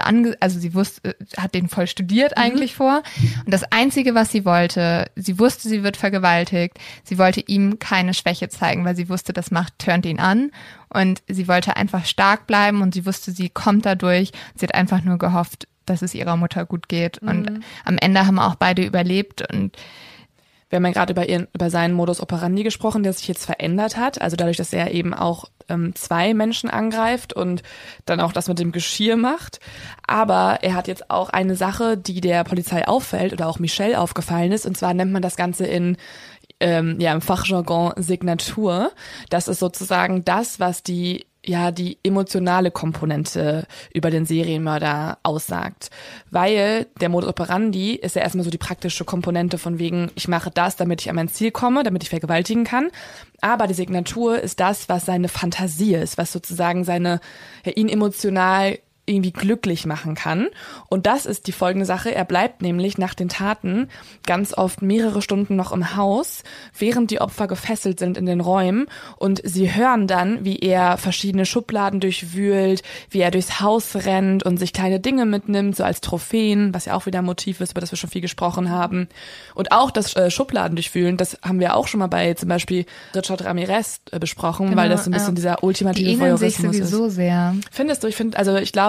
hat den voll studiert eigentlich vor. Und das Einzige, was sie wusste, sie wird vergewaltigt. Sie wollte ihm keine Schwäche zeigen, weil sie wusste, das turnt ihn an. Und sie wollte einfach stark bleiben und sie wusste, sie kommt dadurch. Sie hat einfach nur gehofft, dass es ihrer Mutter gut geht. Und am Ende haben auch beide überlebt. Und wir haben ja gerade über seinen Modus operandi gesprochen, der sich jetzt verändert hat. Also dadurch, dass er eben auch 2 Menschen angreift und dann auch das mit dem Geschirr macht. Aber er hat jetzt auch eine Sache, die der Polizei auffällt oder auch Michelle aufgefallen ist. Und zwar nennt man das Ganze im Fachjargon Signatur. Das ist sozusagen das, was die emotionale Komponente über den Serienmörder aussagt. Weil der Modus operandi ist ja erstmal so die praktische Komponente von wegen, ich mache das, damit ich an mein Ziel komme, damit ich vergewaltigen kann. Aber die Signatur ist das, was seine Fantasie ist, was sozusagen ihn emotional irgendwie glücklich machen kann. Und das ist die folgende Sache. Er bleibt nämlich nach den Taten ganz oft mehrere Stunden noch im Haus, während die Opfer gefesselt sind in den Räumen. Und sie hören dann, wie er verschiedene Schubladen durchwühlt, wie er durchs Haus rennt und sich kleine Dinge mitnimmt, so als Trophäen, was ja auch wieder ein Motiv ist, über das wir schon viel gesprochen haben. Und auch das Schubladen durchwühlen, das haben wir auch schon mal bei zum Beispiel Richard Ramirez besprochen, weil das so ein bisschen dieser ultimative Voyeurismus ist. Die ähneln sich sowieso sehr. Findest du? Ich glaube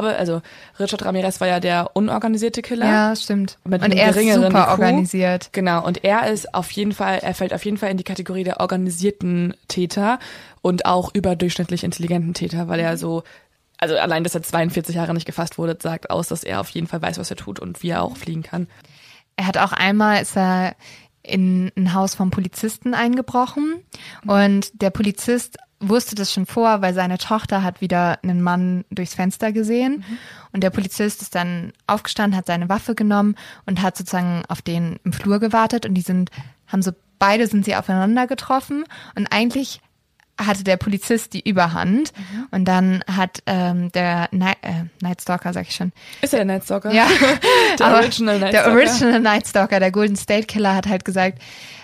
glaube, also Richard Ramirez war ja der unorganisierte Killer. Ja, stimmt. Mit Und einem er ist geringeren super IQ. organisiert. Genau, und er fällt auf jeden Fall in die Kategorie der organisierten Täter und auch überdurchschnittlich intelligenten Täter, weil er also allein, dass er 42 Jahre nicht gefasst wurde, sagt aus, dass er auf jeden Fall weiß, was er tut und wie er auch fliehen kann. Er hat auch einmal, ist er in ein Haus vom Polizisten eingebrochen und der Polizist wusste das schon vor, weil seine Tochter hat wieder einen Mann durchs Fenster gesehen und der Polizist ist dann aufgestanden, hat seine Waffe genommen und hat sozusagen auf den im Flur gewartet und beide sind sie aufeinander getroffen und eigentlich hatte der Polizist die Überhand und dann hat der Night Stalker, sag ich schon. Ist er der Night Stalker? Ja, der Original Night Stalker. Der Original Night Stalker, der Golden State Killer hat halt gesagt,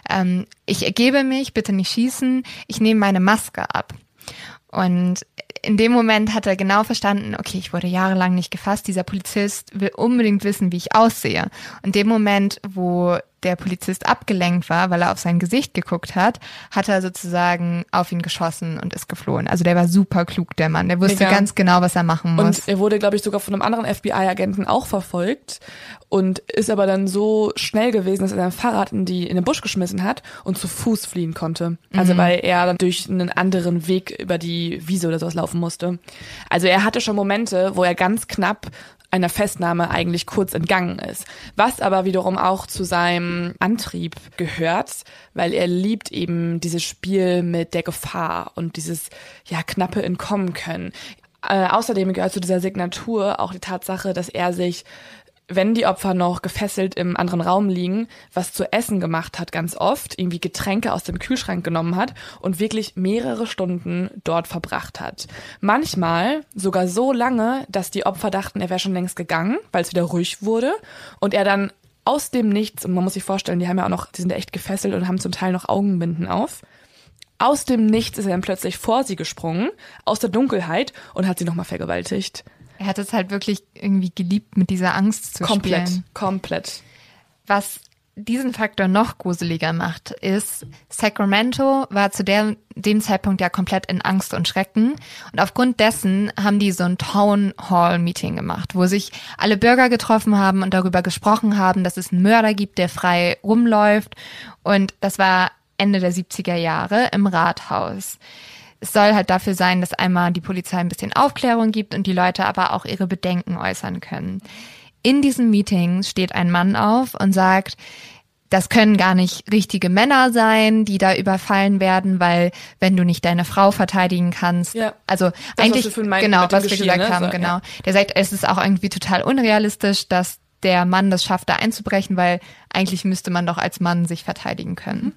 ich ergebe mich, bitte nicht schießen, ich nehme meine Maske ab. Und in dem Moment hat er genau verstanden, okay, ich wurde jahrelang nicht gefasst, dieser Polizist will unbedingt wissen, wie ich aussehe. Und in dem Moment, wo der Polizist abgelenkt war, weil er auf sein Gesicht geguckt hat, hat er sozusagen auf ihn geschossen und ist geflohen. Also der war super klug, der Mann. Der wusste ganz genau, was er machen muss. Und er wurde, glaube ich, sogar von einem anderen FBI-Agenten auch verfolgt und ist aber dann so schnell gewesen, dass er sein Fahrrad in den Busch geschmissen hat und zu Fuß fliehen konnte. Also weil er dann durch einen anderen Weg über die Wiese oder sowas laufen musste. Also er hatte schon Momente, wo er ganz knapp einer Festnahme eigentlich kurz entgangen ist. Was aber wiederum auch zu seinem Antrieb gehört, weil er liebt eben dieses Spiel mit der Gefahr und dieses knappe Entkommen können. Außerdem gehört zu dieser Signatur auch die Tatsache, dass er sich, wenn die Opfer noch gefesselt im anderen Raum liegen, was zu essen gemacht hat ganz oft, irgendwie Getränke aus dem Kühlschrank genommen hat und wirklich mehrere Stunden dort verbracht hat. Manchmal sogar so lange, dass die Opfer dachten, er wäre schon längst gegangen, weil es wieder ruhig wurde und er dann aus dem Nichts, und man muss sich vorstellen, die sind ja echt gefesselt und haben zum Teil noch Augenbinden auf, aus dem Nichts ist er dann plötzlich vor sie gesprungen, aus der Dunkelheit und hat sie nochmal vergewaltigt. Er hat es halt wirklich irgendwie geliebt, mit dieser Angst zu spielen. Komplett. Was diesen Faktor noch gruseliger macht, ist, Sacramento war zu dem Zeitpunkt ja komplett in Angst und Schrecken. Und aufgrund dessen haben die so ein Town Hall Meeting gemacht, wo sich alle Bürger getroffen haben und darüber gesprochen haben, dass es einen Mörder gibt, der frei rumläuft. Und das war Ende der 70er Jahre im Rathaus. Es soll halt dafür sein, dass einmal die Polizei ein bisschen Aufklärung gibt und die Leute aber auch ihre Bedenken äußern können. In diesen Meetings steht ein Mann auf und sagt, das können gar nicht richtige Männer sein, die da überfallen werden, weil wenn du nicht deine Frau verteidigen kannst, also das, eigentlich was wir gesagt haben, genau. Ja. Der sagt, es ist auch irgendwie total unrealistisch, dass der Mann das schafft, da einzubrechen, weil eigentlich müsste man doch als Mann sich verteidigen können.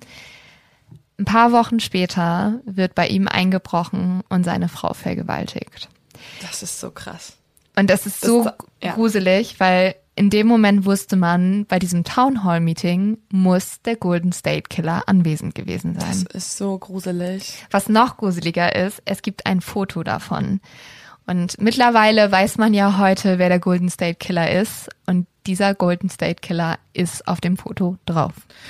Ein paar Wochen später wird bei ihm eingebrochen und seine Frau vergewaltigt. Das ist so krass. Und das ist so gruselig, weil in dem Moment wusste man, bei diesem Town Hall Meeting muss der Golden State Killer anwesend gewesen sein. Das ist so gruselig. Was noch gruseliger ist, es gibt ein Foto davon. Und mittlerweile weiß man ja heute, wer der Golden State Killer ist. Und dieser Golden State Killer ist auf dem Foto drauf.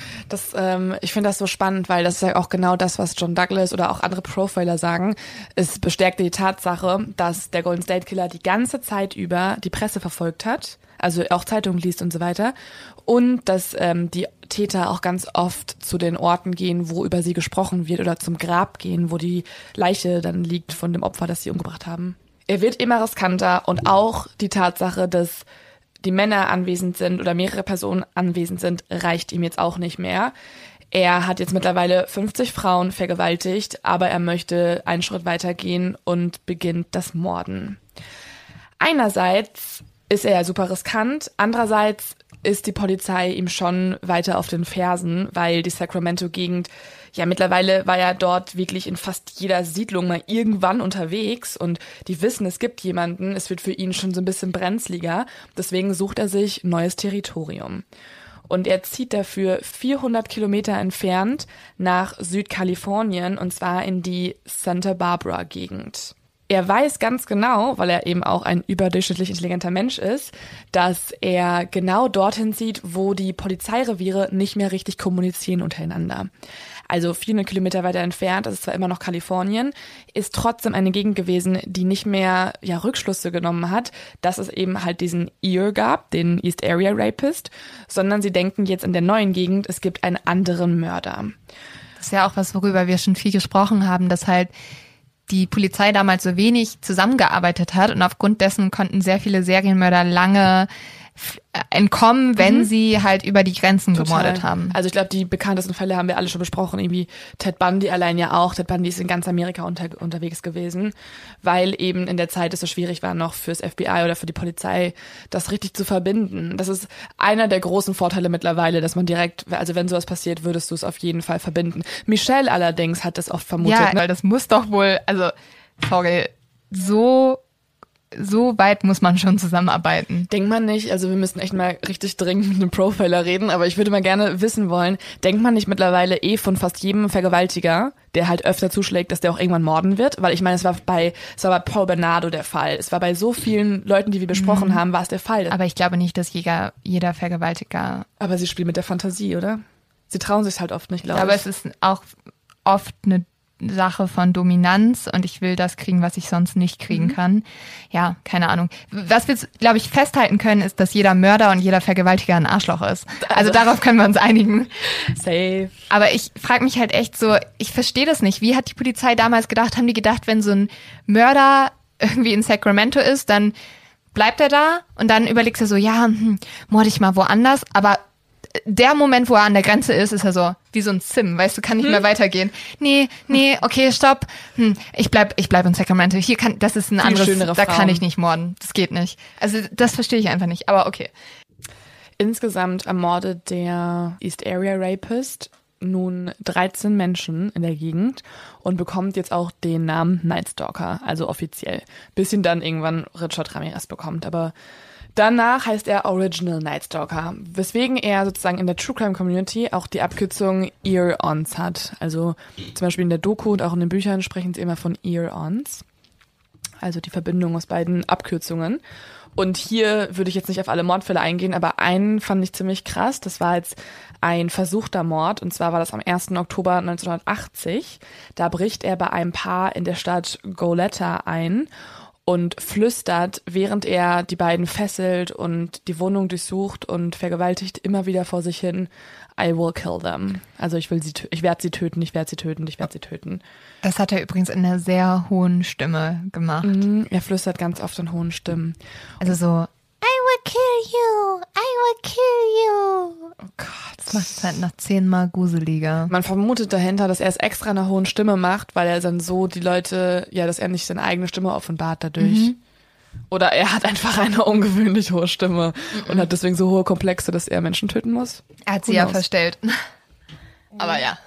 Ich finde das so spannend, weil das ist ja auch genau das, was John Douglas oder auch andere Profiler sagen. Es bestärkt die Tatsache, dass der Golden State Killer die ganze Zeit über die Presse verfolgt hat, also auch Zeitungen liest und so weiter. Und dass die Täter auch ganz oft zu den Orten gehen, wo über sie gesprochen wird oder zum Grab gehen, wo die Leiche dann liegt von dem Opfer, das sie umgebracht haben. Er wird immer riskanter und auch die Tatsache, dass die Männer anwesend sind oder mehrere Personen anwesend sind, reicht ihm jetzt auch nicht mehr. Er hat jetzt mittlerweile 50 Frauen vergewaltigt, aber er möchte einen Schritt weiter gehen und beginnt das Morden. Einerseits ist er ja super riskant, andererseits ist die Polizei ihm schon weiter auf den Fersen, weil die Sacramento-Gegend, mittlerweile war er dort wirklich in fast jeder Siedlung mal irgendwann unterwegs und die wissen, es gibt jemanden, es wird für ihn schon so ein bisschen brenzliger, deswegen sucht er sich neues Territorium. Und er zieht dafür 400 Kilometer entfernt nach Südkalifornien und zwar in die Santa Barbara-Gegend. Er weiß ganz genau, weil er eben auch ein überdurchschnittlich intelligenter Mensch ist, dass er genau dorthin zieht, wo die Polizeireviere nicht mehr richtig kommunizieren untereinander. Also 400 Kilometer weiter entfernt, das ist zwar immer noch Kalifornien, ist trotzdem eine Gegend gewesen, die nicht mehr Rückschlüsse genommen hat, dass es eben halt diesen Ear gab, den East Area Rapist, sondern sie denken jetzt in der neuen Gegend, es gibt einen anderen Mörder. Das ist ja auch was, worüber wir schon viel gesprochen haben, dass halt die Polizei damals so wenig zusammengearbeitet hat und aufgrund dessen konnten sehr viele Serienmörder lange entkommen, wenn sie halt über die Grenzen gemordet haben. Also ich glaube, die bekanntesten Fälle haben wir alle schon besprochen, irgendwie Ted Bundy allein ja auch. Ted Bundy ist in ganz Amerika unterwegs gewesen, weil eben in der Zeit es so schwierig war noch fürs FBI oder für die Polizei, das richtig zu verbinden. Das ist einer der großen Vorteile mittlerweile, dass man direkt, also wenn sowas passiert, würdest du es auf jeden Fall verbinden. Michelle allerdings hat das oft vermutet. Ja, weil das muss doch wohl, also sorry, so weit muss man schon zusammenarbeiten. Denkt man nicht, also wir müssen echt mal richtig dringend mit einem Profiler reden, aber ich würde mal gerne wissen wollen, denkt man nicht mittlerweile von fast jedem Vergewaltiger, der halt öfter zuschlägt, dass der auch irgendwann morden wird? Weil ich meine, es war bei Paul Bernardo der Fall. Es war bei so vielen Leuten, die wir besprochen haben, war es der Fall. Aber ich glaube nicht, dass jeder Vergewaltiger... Aber sie spielen mit der Fantasie, oder? Sie trauen sich halt oft nicht, glaube ich. Aber es ist auch oft eine Sache von Dominanz und ich will das kriegen, was ich sonst nicht kriegen kann. Ja, keine Ahnung. Was wir, glaube ich, festhalten können, ist, dass jeder Mörder und jeder Vergewaltiger ein Arschloch ist. Also darauf können wir uns einigen. Safe. Aber ich frage mich halt echt so, ich verstehe das nicht. Wie hat die Polizei damals gedacht? Haben die gedacht, wenn so ein Mörder irgendwie in Sacramento ist, dann bleibt er da und dann überlegst du so, morde ich mal woanders, aber der Moment, wo er an der Grenze ist, ist er so wie so ein Sim, weißt du, kann nicht mehr weitergehen. Nee, okay, stopp. Ich bleib in Sacramento. Das ist ein anderes, da kann ich nicht morden. Das geht nicht. Also das verstehe ich einfach nicht, aber okay. Insgesamt ermordet der East Area Rapist nun 13 Menschen in der Gegend und bekommt jetzt auch den Namen Night Stalker, also offiziell. Bis ihn dann irgendwann Richard Ramirez bekommt, aber danach heißt er Original Night Stalker, weswegen er sozusagen in der True Crime Community auch die Abkürzung Ear-Ons hat. Also zum Beispiel in der Doku und auch in den Büchern sprechen sie immer von Ear-Ons. Also die Verbindung aus beiden Abkürzungen. Und hier würde ich jetzt nicht auf alle Mordfälle eingehen, aber einen fand ich ziemlich krass. Das war jetzt ein versuchter Mord und zwar war das am 1. Oktober 1980. Da bricht er bei einem Paar in der Stadt Goleta ein und flüstert, während er die beiden fesselt und die Wohnung durchsucht und vergewaltigt, immer wieder vor sich hin, I will kill them. Also ich werde sie töten, ich werde sie töten, ich werde sie töten. Das hat er übrigens in einer sehr hohen Stimme gemacht. Er flüstert ganz oft in hohen Stimmen. Also so, I will kill you, I will kill you. Oh Gott. Das macht es halt noch 10-mal gruseliger. Man vermutet dahinter, dass er es extra in einer hohen Stimme macht, weil er dann so die Leute, dass er nicht seine eigene Stimme offenbart dadurch. Oder er hat einfach eine ungewöhnlich hohe Stimme und hat deswegen so hohe Komplexe, dass er Menschen töten muss. Er hat sie ja verstellt. Aber ja.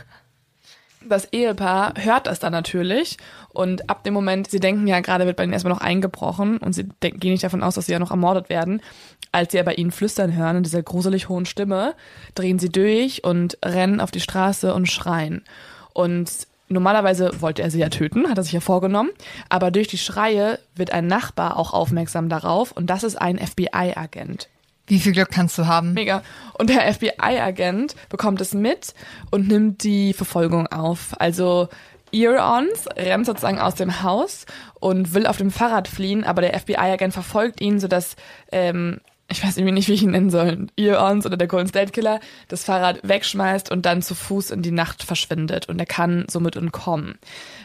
Das Ehepaar hört das dann natürlich und ab dem Moment, sie denken ja gerade, wird bei ihnen erstmal noch eingebrochen und sie gehen nicht davon aus, dass sie ja noch ermordet werden. Als sie aber ihn flüstern hören in dieser gruselig hohen Stimme, drehen sie durch und rennen auf die Straße und schreien. Und normalerweise wollte er sie ja töten, hat er sich ja vorgenommen, aber durch die Schreie wird ein Nachbar auch aufmerksam darauf und das ist ein FBI-Agent. Wie viel Glück kannst du haben? Mega. Und der FBI-Agent bekommt es mit und nimmt die Verfolgung auf. Also Ear-Ons rennt sozusagen aus dem Haus und will auf dem Fahrrad fliehen, aber der FBI-Agent verfolgt ihn, sodass, ich weiß irgendwie nicht, wie ich ihn nennen soll, Ear-Ons oder der Golden State Killer, das Fahrrad wegschmeißt und dann zu Fuß in die Nacht verschwindet und er kann somit entkommen.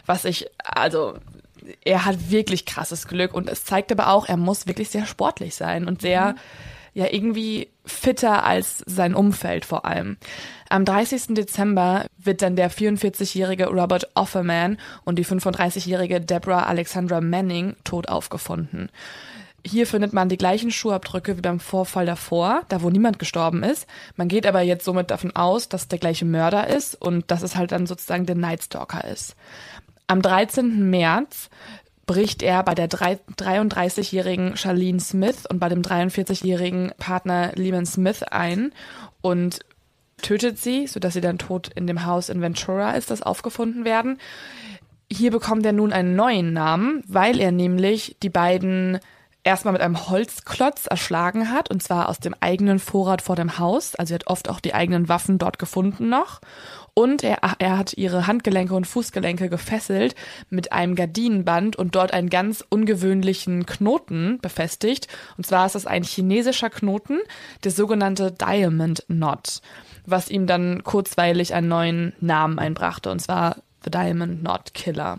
Er hat wirklich krasses Glück und es zeigt aber auch, er muss wirklich sehr sportlich sein und sehr irgendwie fitter als sein Umfeld vor allem. Am 30. Dezember wird dann der 44-jährige Robert Offerman und die 35-jährige Deborah Alexandra Manning tot aufgefunden. Hier findet man die gleichen Schuhabdrücke wie beim Vorfall davor, da wo niemand gestorben ist. Man geht aber jetzt somit davon aus, dass es der gleiche Mörder ist und dass es halt dann sozusagen der Night Stalker ist. Am 13. März bricht er bei der 33-jährigen Charlene Smith und bei dem 43-jährigen Partner Lehman Smith ein und tötet sie, sodass sie dann tot in dem Haus in Ventura ist, das aufgefunden werden. hier bekommt er nun einen neuen Namen, weil er nämlich die beiden erstmal mit einem Holzklotz erschlagen hat, und zwar aus dem eigenen Vorrat vor dem Haus. Also er hat oft auch die eigenen Waffen dort gefunden noch. Und er hat ihre Handgelenke und Fußgelenke gefesselt mit einem Gardinenband und dort einen ganz ungewöhnlichen Knoten befestigt. Und zwar ist das ein chinesischer Knoten, der sogenannte Diamond Knot, was ihm dann kurzweilig einen neuen Namen einbrachte, und zwar The Diamond Knot Killer.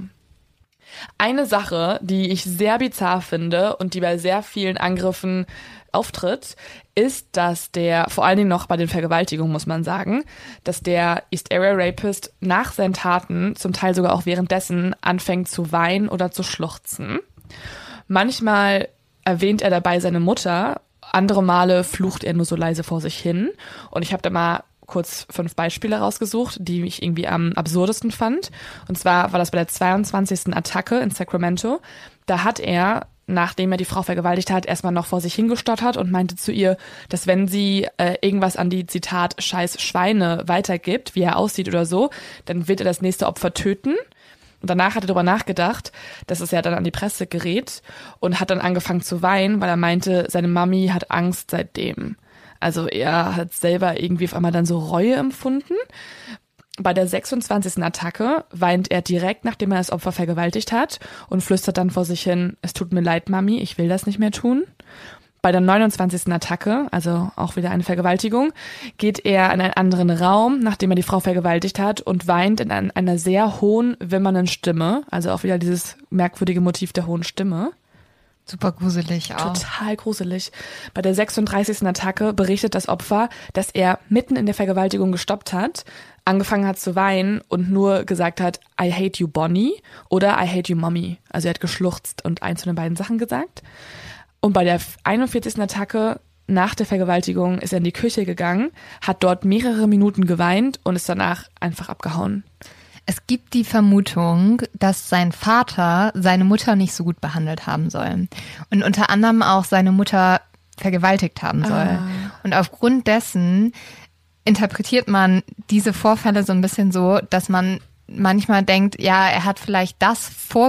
Eine Sache, die ich sehr bizarr finde und die bei sehr vielen Angriffen auftritt, ist, dass der, vor allen Dingen noch bei den Vergewaltigungen muss man sagen, dass der East Area Rapist nach seinen Taten, zum Teil sogar auch währenddessen, anfängt zu weinen oder zu schluchzen. Manchmal erwähnt er dabei seine Mutter, andere Male flucht er nur so leise vor sich hin. Und ich habe da mal kurz 5 Beispiele rausgesucht, die ich irgendwie am absurdesten fand. Und zwar war das bei der 22. Attacke in Sacramento. Da hat er, nachdem er die Frau vergewaltigt hat, erstmal noch vor sich hingestottert und meinte zu ihr, dass wenn sie irgendwas an die, Zitat, scheiß Schweine weitergibt, wie er aussieht oder so, dann wird er das nächste Opfer töten. Und danach hat er darüber nachgedacht, dass es ja dann an die Presse gerät, und hat dann angefangen zu weinen, weil er meinte, seine Mami hat Angst seitdem. Also er hat selber irgendwie auf einmal dann so Reue empfunden. Bei der 26. Attacke weint er direkt, nachdem er das Opfer vergewaltigt hat, und flüstert dann vor sich hin, es tut mir leid, Mami, ich will das nicht mehr tun. Bei der 29. Attacke, also auch wieder eine Vergewaltigung, geht er in einen anderen Raum, nachdem er die Frau vergewaltigt hat, und weint in einer sehr hohen, wimmernden Stimme. Also auch wieder dieses merkwürdige Motiv der hohen Stimme. Super gruselig auch. Total gruselig. Bei der 36. Attacke berichtet das Opfer, dass er mitten in der Vergewaltigung gestoppt hat, angefangen hat zu weinen und nur gesagt hat, I hate you, Bonnie, oder I hate you, Mommy. Also er hat geschluchzt und eins von den beiden Sachen gesagt. Und bei der 41. Attacke nach der Vergewaltigung ist er in die Küche gegangen, hat dort mehrere Minuten geweint und ist danach einfach abgehauen. Es gibt die Vermutung, dass sein Vater seine Mutter nicht so gut behandelt haben soll und unter anderem auch seine Mutter vergewaltigt haben soll. Und aufgrund dessen interpretiert man diese Vorfälle so ein bisschen so, dass man manchmal denkt, ja, er hat vielleicht das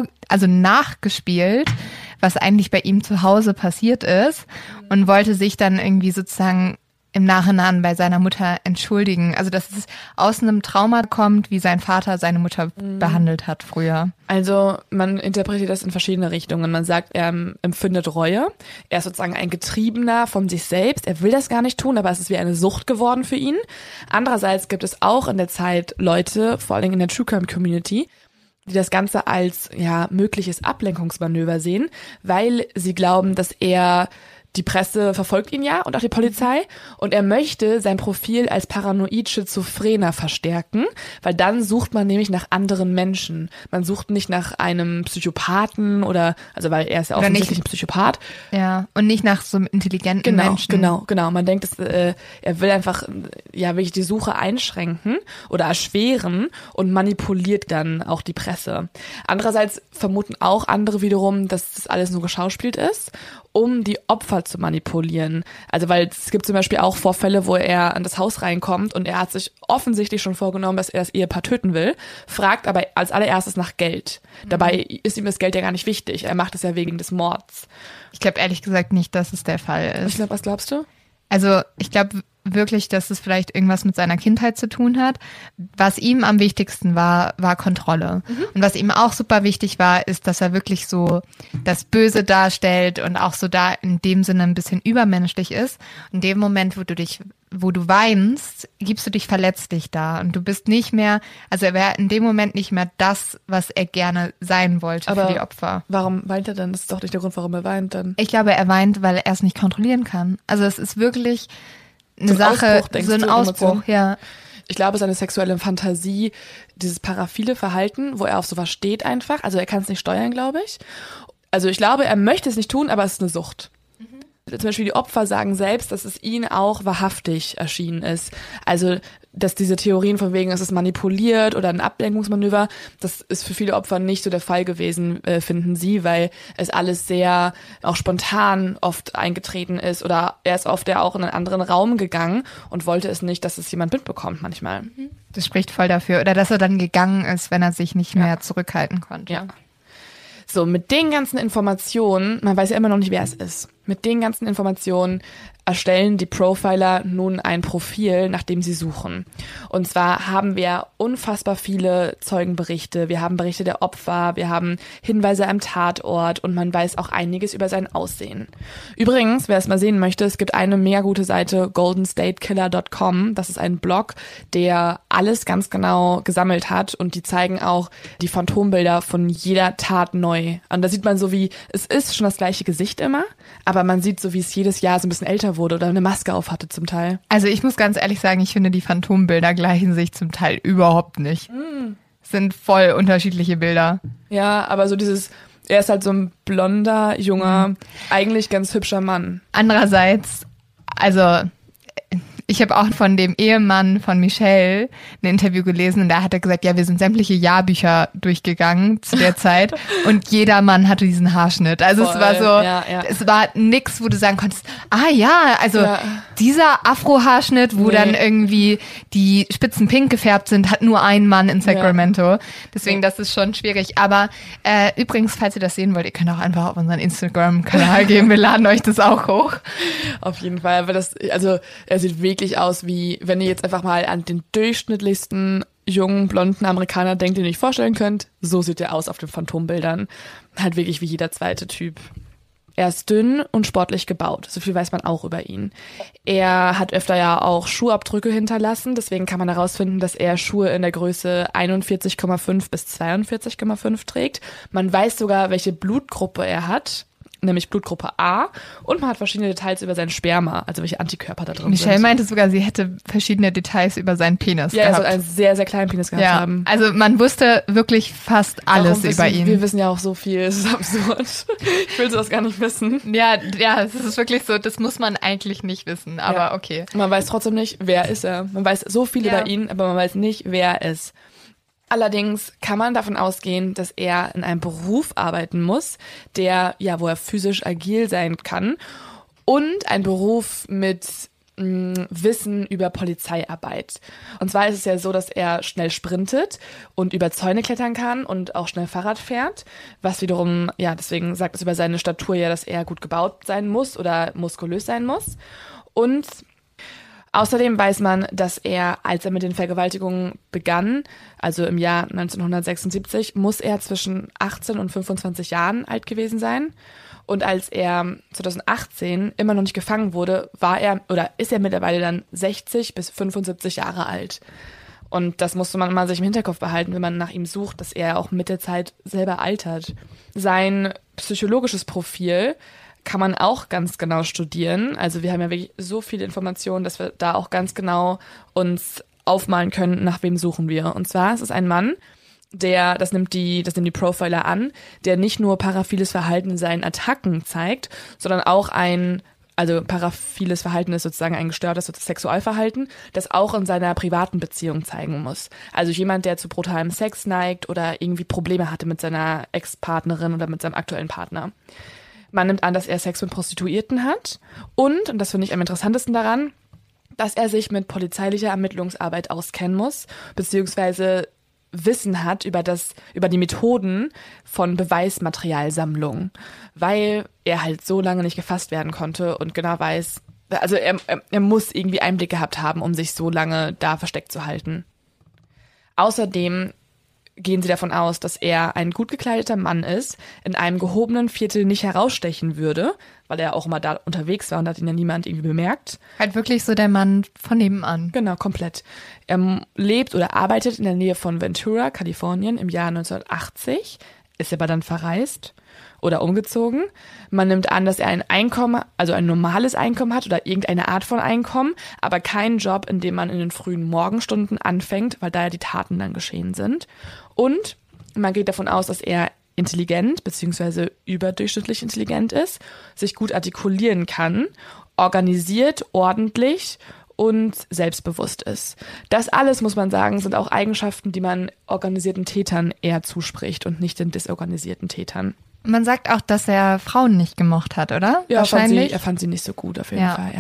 nachgespielt, was eigentlich bei ihm zu Hause passiert ist, und wollte sich dann irgendwie sozusagen im Nachhinein bei seiner Mutter entschuldigen. Also dass es aus einem Trauma kommt, wie sein Vater seine Mutter behandelt hat früher. Also man interpretiert das in verschiedene Richtungen. Man sagt, er empfindet Reue. Er ist sozusagen ein Getriebener von sich selbst. Er will das gar nicht tun, aber es ist wie eine Sucht geworden für ihn. Andererseits gibt es auch in der Zeit Leute, vor allen Dingen in der True Crime Community, die das Ganze als mögliches Ablenkungsmanöver sehen, weil sie glauben, dass die Presse verfolgt ihn ja und auch die Polizei, und er möchte sein Profil als paranoid-schizophrener verstärken, weil dann sucht man nämlich nach anderen Menschen. Man sucht nicht nach einem Psychopathen also weil er ist ja offensichtlich ein Psychopath. Ja, und nicht nach so einem intelligenten Menschen. Genau. Man denkt, er will einfach wirklich die Suche einschränken oder erschweren und manipuliert dann auch die Presse. Andererseits vermuten auch andere wiederum, dass das alles nur geschauspielt ist, um die Opfer zu manipulieren. Also weil es gibt zum Beispiel auch Vorfälle, wo er an das Haus reinkommt und er hat sich offensichtlich schon vorgenommen, dass er das Ehepaar töten will, fragt aber als allererstes nach Geld. Dabei ist ihm das Geld ja gar nicht wichtig. Er macht es ja wegen des Mords. Ich glaube ehrlich gesagt nicht, dass es der Fall ist. Was glaubst du? Also ich glaube wirklich, dass es vielleicht irgendwas mit seiner Kindheit zu tun hat. Was ihm am wichtigsten war Kontrolle. Und was ihm auch super wichtig war, ist, dass er wirklich so das Böse darstellt und auch so da in dem Sinne ein bisschen übermenschlich ist. In dem Moment, wo du weinst, gibst du dich verletzlich da und du bist nicht mehr, also er wäre in dem Moment nicht mehr das, was er gerne sein wollte für die Opfer. Warum weint er dann? Das ist doch nicht der Grund, warum er weint dann. Ich glaube, er weint, weil er es nicht kontrollieren kann. Also es ist wirklich eine Sache, so ein Ausbruch, ja. Ich glaube, seine sexuelle Fantasie, dieses paraphile Verhalten, wo er auf sowas steht einfach, also er kann es nicht steuern, glaube ich. Also ich glaube, er möchte es nicht tun, aber es ist eine Sucht. Zum Beispiel die Opfer sagen selbst, dass es ihnen auch wahrhaftig erschienen ist. Also, dass diese Theorien von wegen, es ist manipuliert oder ein Ablenkungsmanöver, das ist für viele Opfer nicht so der Fall gewesen, finden sie, weil es alles sehr auch spontan oft eingetreten ist oder er ist oft ja auch in einen anderen Raum gegangen und wollte es nicht, dass es jemand mitbekommt manchmal. Das spricht voll dafür. Oder dass er dann gegangen ist, wenn er sich nicht mehr zurückhalten konnte. Ja. So, mit den ganzen Informationen, man weiß ja immer noch nicht, wer es ist. Mit den ganzen Informationen erstellen die Profiler nun ein Profil, nach dem sie suchen. Und zwar haben wir unfassbar viele Zeugenberichte, wir haben Berichte der Opfer, wir haben Hinweise am Tatort und man weiß auch einiges über sein Aussehen. Übrigens, wer es mal sehen möchte, es gibt eine mega gute Seite, goldenstatekiller.com. Das ist ein Blog, der alles ganz genau gesammelt hat und die zeigen auch die Phantombilder von jeder Tat neu. Und da sieht man so wie, es ist schon das gleiche Gesicht immer, aber man sieht so, wie es jedes Jahr so ein bisschen älter wurde oder eine Maske auf hatte zum Teil. Also ich muss ganz ehrlich sagen, ich finde, die Phantombilder gleichen sich zum Teil überhaupt nicht. Sind voll unterschiedliche Bilder. Ja, aber so dieses, er ist halt so ein blonder, junger, eigentlich ganz hübscher Mann. Andererseits, also ich habe auch von dem Ehemann von Michelle ein Interview gelesen und da hat er gesagt, ja, wir sind sämtliche Jahrbücher durchgegangen zu der Zeit und jeder Mann hatte diesen Haarschnitt. Also voll, es war so, es war nix, wo du sagen konntest, dieser Afro-Haarschnitt, wo dann irgendwie die Spitzen pink gefärbt sind, hat nur ein Mann in Sacramento. Deswegen, das ist schon schwierig. Aber übrigens, falls ihr das sehen wollt, ihr könnt auch einfach auf unseren Instagram-Kanal gehen. Wir laden euch das auch hoch. Auf jeden Fall, weil er sieht wirklich aus wie, wenn ihr jetzt einfach mal an den durchschnittlichsten jungen, blonden Amerikaner denkt, den ihr euch vorstellen könnt, so sieht er aus auf den Phantombildern. Halt wirklich wie jeder zweite Typ. Er ist dünn und sportlich gebaut. So viel weiß man auch über ihn. Er hat öfter ja auch Schuhabdrücke hinterlassen. Deswegen kann man herausfinden, dass er Schuhe in der Größe 41,5 bis 42,5 trägt. Man weiß sogar, welche Blutgruppe er hat, nämlich Blutgruppe A. Und man hat verschiedene Details über sein Sperma, also welche Antikörper da drin sind. Michelle meinte sogar, sie hätte verschiedene Details über seinen Penis gehabt. Ja, er soll einen sehr, sehr kleinen Penis gehabt haben. Also man wusste wirklich fast alles über ihn. Wir wissen ja auch so viel, es ist absurd. Ich will sowas gar nicht wissen. Ja, es ist wirklich so, das muss man eigentlich nicht wissen, aber okay. Man weiß trotzdem nicht, wer ist er. Man weiß so viel über ihn, aber man weiß nicht, wer er ist. Allerdings kann man davon ausgehen, dass er in einem Beruf arbeiten muss, wo er physisch agil sein kann und ein Beruf mit Wissen über Polizeiarbeit. Und zwar ist es ja so, dass er schnell sprintet und über Zäune klettern kann und auch schnell Fahrrad fährt, was wiederum, deswegen sagt es über seine Statur ja, dass er gut gebaut sein muss oder muskulös sein muss. Und außerdem weiß man, dass er, als er mit den Vergewaltigungen begann, also im Jahr 1976, muss er zwischen 18 und 25 Jahren alt gewesen sein. Und als er 2018 immer noch nicht gefangen wurde, ist er mittlerweile dann 60 bis 75 Jahre alt. Und das musste man mal sich im Hinterkopf behalten, wenn man nach ihm sucht, dass er auch mit der Zeit selber altert. Sein psychologisches Profil kann man auch ganz genau studieren. Also wir haben ja wirklich so viele Informationen, dass wir da auch ganz genau uns aufmalen können, nach wem suchen wir. Und zwar ist es ein Mann, das nimmt die Profiler an, der nicht nur paraphiles Verhalten in seinen Attacken zeigt, sondern auch paraphiles Verhalten ist sozusagen ein gestörtes Sexualverhalten, das auch in seiner privaten Beziehung zeigen muss. Also jemand, der zu brutalem Sex neigt oder irgendwie Probleme hatte mit seiner Ex-Partnerin oder mit seinem aktuellen Partner. Man nimmt an, dass er Sex mit Prostituierten hat und das finde ich am interessantesten daran, dass er sich mit polizeilicher Ermittlungsarbeit auskennen muss, beziehungsweise Wissen hat über die Methoden von Beweismaterialsammlung, weil er halt so lange nicht gefasst werden konnte und genau weiß, also er muss irgendwie Einblick gehabt haben, um sich so lange da versteckt zu halten. Außerdem gehen sie davon aus, dass er ein gut gekleideter Mann ist, in einem gehobenen Viertel nicht herausstechen würde, weil er auch immer da unterwegs war und hat ihn ja niemand irgendwie bemerkt. Halt wirklich so der Mann von nebenan. Genau, komplett. Er lebt oder arbeitet in der Nähe von Ventura, Kalifornien im Jahr 1980, ist aber dann verreist oder umgezogen. Man nimmt an, dass er ein Einkommen, also ein normales Einkommen hat oder irgendeine Art von Einkommen, aber keinen Job, in dem man in den frühen Morgenstunden anfängt, weil da ja die Taten dann geschehen sind. Und man geht davon aus, dass er intelligent bzw. überdurchschnittlich intelligent ist, sich gut artikulieren kann, organisiert, ordentlich und selbstbewusst ist. Das alles, muss man sagen, sind auch Eigenschaften, die man organisierten Tätern eher zuspricht und nicht den desorganisierten Tätern. Man sagt auch, dass er Frauen nicht gemocht hat, oder? Ja, wahrscheinlich. Er fand sie nicht so gut, auf jeden Fall, ja.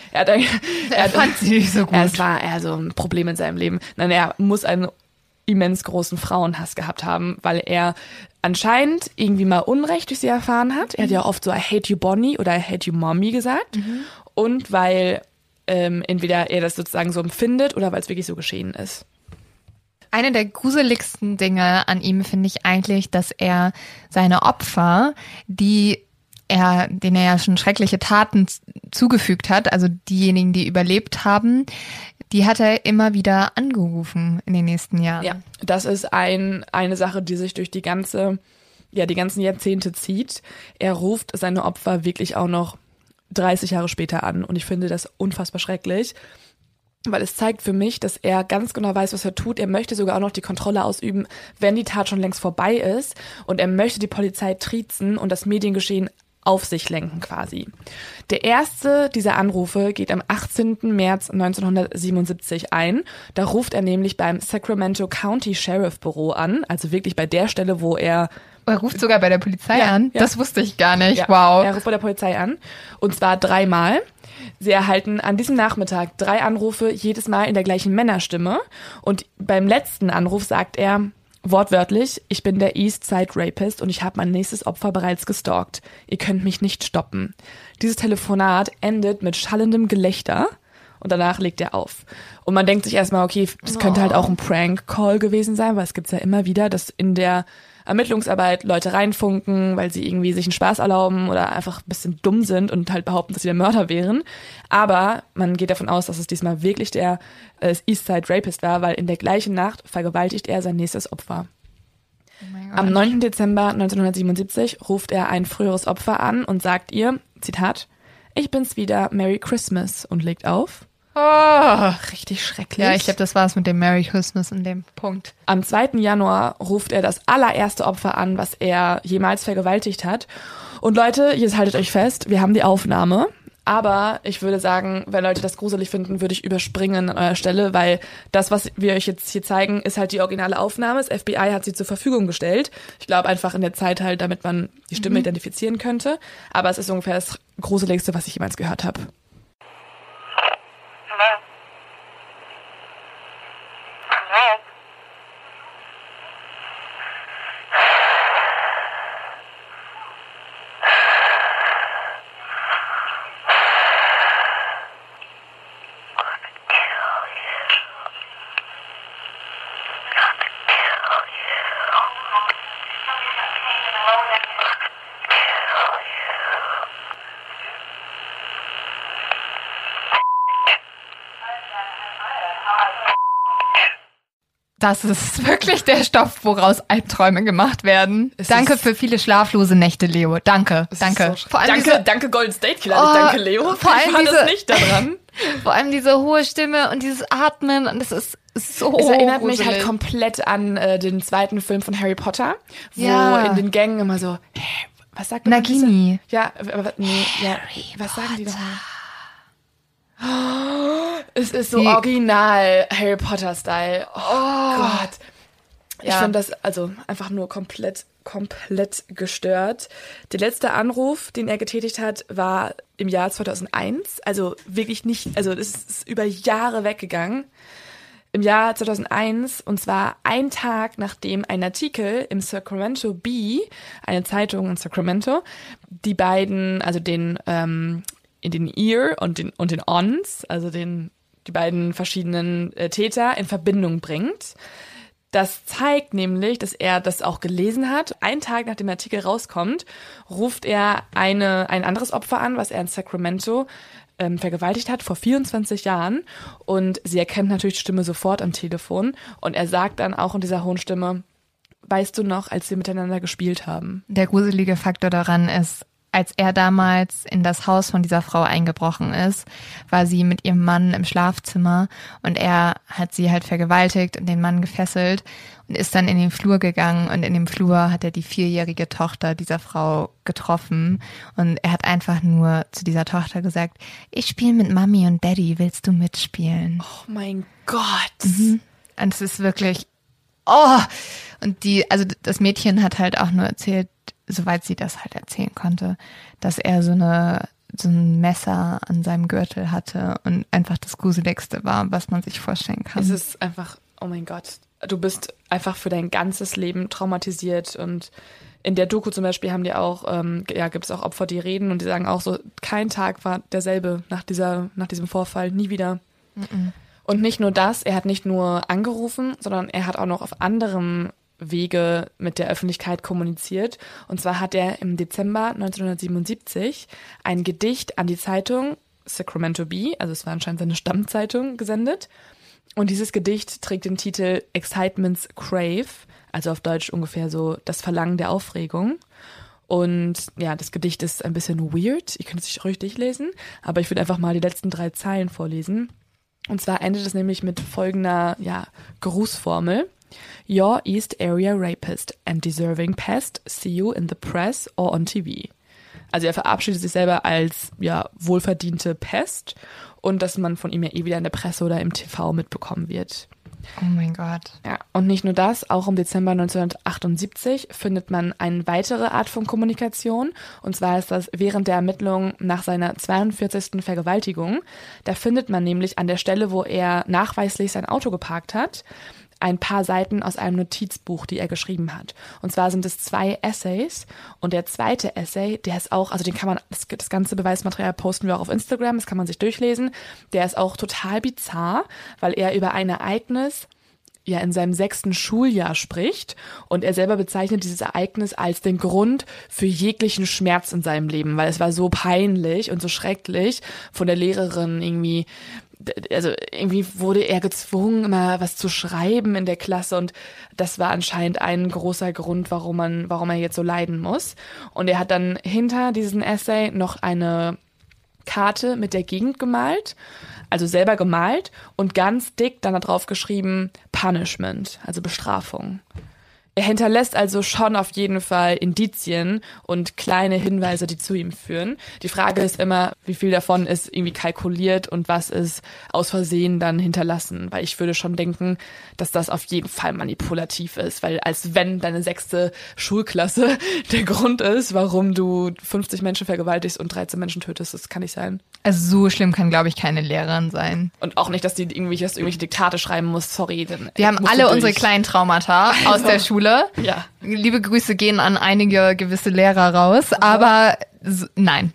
Er fand sie nicht so gut. Es war eher so ein Problem in seinem Leben. Nein, er muss einen immens großen Frauenhass gehabt haben, weil er anscheinend irgendwie mal Unrecht durch sie erfahren hat. Er hat ja oft so I hate you Bonnie oder I hate you Mommy gesagt. Und weil entweder er das sozusagen so empfindet oder weil es wirklich so geschehen ist. Eine der gruseligsten Dinge an ihm finde ich eigentlich, dass er seine Opfer, denen er ja schon schreckliche Taten zugefügt hat, also diejenigen, die überlebt haben, die hat er immer wieder angerufen in den nächsten Jahren. Ja, das ist eine Sache, die sich durch die ganzen Jahrzehnte zieht. Er ruft seine Opfer wirklich auch noch 30 Jahre später an und ich finde das unfassbar schrecklich, weil es zeigt für mich, dass er ganz genau weiß, was er tut. Er möchte sogar auch noch die Kontrolle ausüben, wenn die Tat schon längst vorbei ist und er möchte die Polizei triezen und das Mediengeschehen auf sich lenken quasi. Der erste dieser Anrufe geht am 18. März 1977 ein. Da ruft er nämlich beim Sacramento County Sheriff Büro an, also wirklich bei der Stelle, wo er ruft sogar bei der Polizei an? Ja. Das wusste ich gar nicht. Ja, wow. Er ruft bei der Polizei an. Und zwar 3-mal. Sie erhalten an diesem Nachmittag 3 Anrufe, jedes Mal in der gleichen Männerstimme. Und beim letzten Anruf sagt er wortwörtlich, ich bin der East Side Rapist und ich habe mein nächstes Opfer bereits gestalkt. Ihr könnt mich nicht stoppen. Dieses Telefonat endet mit schallendem Gelächter. Und danach legt er auf. Und man denkt sich erstmal, okay, das könnte halt auch ein Prank-Call gewesen sein, weil es gibt's ja immer wieder, dass in der Ermittlungsarbeit Leute reinfunken, weil sie irgendwie sich einen Spaß erlauben oder einfach ein bisschen dumm sind und halt behaupten, dass sie der Mörder wären. Aber man geht davon aus, dass es diesmal wirklich der Eastside Rapist war, weil in der gleichen Nacht vergewaltigt er sein nächstes Opfer. Oh am 9. Dezember 1977 ruft er ein früheres Opfer an und sagt ihr, Zitat, ich bin's wieder, Merry Christmas, und legt auf. Oh. Richtig schrecklich. Ja, ich glaube, das war's mit dem Merry Christmas in dem Punkt. Am 2. Januar ruft er das allererste Opfer an, was er jemals vergewaltigt hat. Und Leute, jetzt haltet euch fest, wir haben die Aufnahme. Aber ich würde sagen, wenn Leute das gruselig finden, würde ich überspringen an eurer Stelle, weil das, was wir euch jetzt hier zeigen, ist halt die originale Aufnahme. Das FBI hat sie zur Verfügung gestellt. Ich glaube einfach in der Zeit halt, damit man die Stimme identifizieren könnte. Aber es ist ungefähr das Gruseligste, was ich jemals gehört habe. Das ist wirklich der Stoff, woraus Albträume gemacht werden. Danke für viele schlaflose Nächte, Leo. Danke. So vor allem danke Golden State Killer. Danke, Leo. Vor allem ich war das nicht daran. Vor allem diese hohe Stimme und dieses Atmen. Und das ist so Es erinnert gruselig. mich halt komplett an den zweiten Film von Harry Potter, wo in den Gängen immer so, was sagt man? Nagini. Ja, was sagen die doch? Es ist so original Harry Potter-Style. Oh Gott. Ich finde das also einfach nur komplett gestört. Der letzte Anruf, den er getätigt hat, war im Jahr 2001. Also wirklich nicht, also das ist über Jahre weggegangen. Im Jahr 2001, und zwar ein Tag, nachdem ein Artikel im Sacramento Bee, eine Zeitung in Sacramento, die beiden, also in den Ear und den Ons, also die beiden verschiedenen Täter in Verbindung bringt. Das zeigt nämlich, dass er das auch gelesen hat. Einen Tag nach dem Artikel rauskommt, ruft er ein anderes Opfer an, was er in Sacramento vergewaltigt hat, vor 24 Jahren. Und sie erkennt natürlich die Stimme sofort am Telefon. Und er sagt dann auch in dieser hohen Stimme, weißt du noch, als wir miteinander gespielt haben? Der gruselige Faktor daran ist, als er damals in das Haus von dieser Frau eingebrochen ist, war sie mit ihrem Mann im Schlafzimmer und er hat sie halt vergewaltigt und den Mann gefesselt und ist dann in den Flur gegangen und in dem Flur hat er die 4-jährige Tochter dieser Frau getroffen und er hat einfach nur zu dieser Tochter gesagt, ich spiele mit Mami und Daddy, willst du mitspielen? Oh mein Gott. Und es ist wirklich, und das Mädchen hat halt auch nur erzählt, soweit sie das halt erzählen konnte, dass er so ein Messer an seinem Gürtel hatte und einfach das Gruseligste war, was man sich vorstellen kann. Es ist einfach, oh mein Gott, du bist einfach für dein ganzes Leben traumatisiert und in der Doku zum Beispiel haben die auch, gibt es auch Opfer, die reden und die sagen auch so, kein Tag war derselbe nach diesem Vorfall, nie wieder. Und nicht nur das, er hat nicht nur angerufen, sondern er hat auch noch auf anderem Wege mit der Öffentlichkeit kommuniziert. Und zwar hat er im Dezember 1977 ein Gedicht an die Zeitung Sacramento Bee, also es war anscheinend seine Stammzeitung, gesendet. Und dieses Gedicht trägt den Titel Excitement's Crave, also auf Deutsch ungefähr so das Verlangen der Aufregung. Und ja, das Gedicht ist ein bisschen weird, ihr könnt es sich ruhig durchlesen, aber ich würde einfach mal die letzten 3 Zeilen vorlesen. Und zwar endet es nämlich mit folgender, Grußformel. Your East Area Rapist and Deserving Pest, see you in the press or on TV. Also er verabschiedet sich selber als, wohlverdiente Pest und dass man von ihm ja wieder in der Presse oder im TV mitbekommen wird. Oh mein Gott. Ja, und nicht nur das, auch im Dezember 1978 findet man eine weitere Art von Kommunikation. Und zwar ist das während der Ermittlungen nach seiner 42. Vergewaltigung. Da findet man nämlich an der Stelle, wo er nachweislich sein Auto geparkt hat, ein paar Seiten aus einem Notizbuch, die er geschrieben hat. Und zwar sind es 2 Essays. Und der zweite Essay, der ist auch, also den kann man, das ganze Beweismaterial posten wir auch auf Instagram, das kann man sich durchlesen. Der ist auch total bizarr, weil er über ein Ereignis in seinem 6. Schuljahr spricht. Und er selber bezeichnet dieses Ereignis als den Grund für jeglichen Schmerz in seinem Leben, weil es war so peinlich und so schrecklich von der Lehrerin irgendwie. Also irgendwie wurde er gezwungen, immer was zu schreiben in der Klasse und das war anscheinend ein großer Grund, warum er jetzt so leiden muss. Und er hat dann hinter diesem Essay noch eine Karte mit der Gegend gemalt, also selber gemalt und ganz dick dann da drauf geschrieben Punishment, also Bestrafung. Er hinterlässt also schon auf jeden Fall Indizien und kleine Hinweise, die zu ihm führen. Die Frage ist immer, wie viel davon ist irgendwie kalkuliert und was ist aus Versehen dann hinterlassen. Weil ich würde schon denken, dass das auf jeden Fall manipulativ ist. Weil als wenn deine 6. Schulklasse der Grund ist, warum du 50 Menschen vergewaltigst und 13 Menschen tötest, das kann nicht sein. Also so schlimm kann, glaube ich, keine Lehrerin sein. Und auch nicht, dass die irgendwelche Diktate schreiben muss, sorry. Wir haben alle unsere kleinen Traumata aus der Schule. Ja. Liebe Grüße gehen an einige gewisse Lehrer raus, aber nein.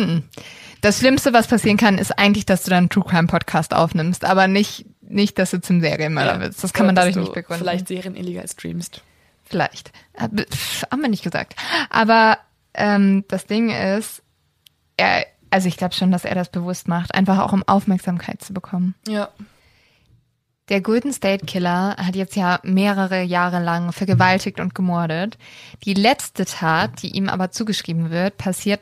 Das Schlimmste, was passieren kann, ist eigentlich, dass du dann einen True Crime Podcast aufnimmst, aber nicht, dass du zum Serienmörder wirst. Das kann man dadurch nicht begründen. Vielleicht Serien illegal streamst. Vielleicht. Haben wir nicht gesagt. Aber das Ding ist, ich glaube schon, dass er das bewusst macht, einfach auch um Aufmerksamkeit zu bekommen. Ja. Der Golden State Killer hat jetzt ja mehrere Jahre lang vergewaltigt und gemordet. Die letzte Tat, die ihm aber zugeschrieben wird, passiert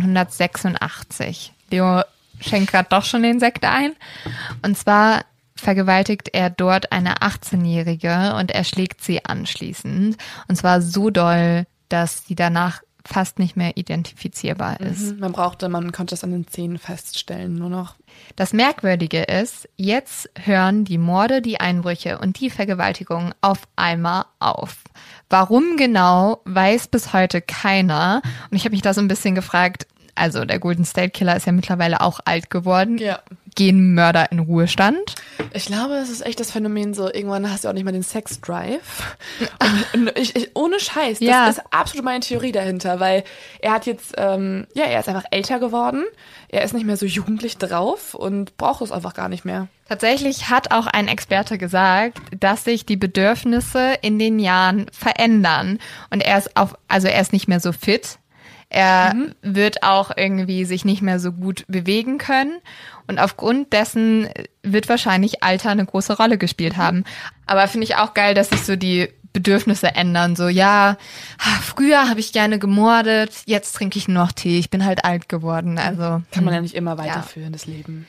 1986. Leo schenkt gerade doch schon den Sekt ein. Und zwar vergewaltigt er dort eine 18-Jährige und erschlägt sie anschließend. Und zwar so doll, dass sie danach fast nicht mehr identifizierbar ist. Man konnte das an den Zähnen feststellen, nur noch. Das Merkwürdige ist, jetzt hören die Morde, die Einbrüche und die Vergewaltigungen auf einmal auf. Warum genau, weiß bis heute keiner. Und ich habe mich da so ein bisschen gefragt, also der Golden State Killer ist ja mittlerweile auch alt geworden. Ja. Gehen Mörder in Ruhestand? Ich glaube, es ist echt das Phänomen so, irgendwann hast du auch nicht mehr den Sex-Drive. Und ohne Scheiß, das ist absolut meine Theorie dahinter, weil er hat jetzt, er ist einfach älter geworden, er ist nicht mehr so jugendlich drauf und braucht es einfach gar nicht mehr. Tatsächlich hat auch ein Experte gesagt, dass sich die Bedürfnisse in den Jahren verändern und er ist nicht mehr so fit. Er wird auch irgendwie sich nicht mehr so gut bewegen können und aufgrund dessen wird wahrscheinlich Alter eine große Rolle gespielt haben. Aber finde ich auch geil, dass sich so die Bedürfnisse ändern. So, ja, früher habe ich gerne gemordet, jetzt trinke ich nur noch Tee. Ich bin halt alt geworden. Also kann man ja nicht immer weiterführen, das Leben.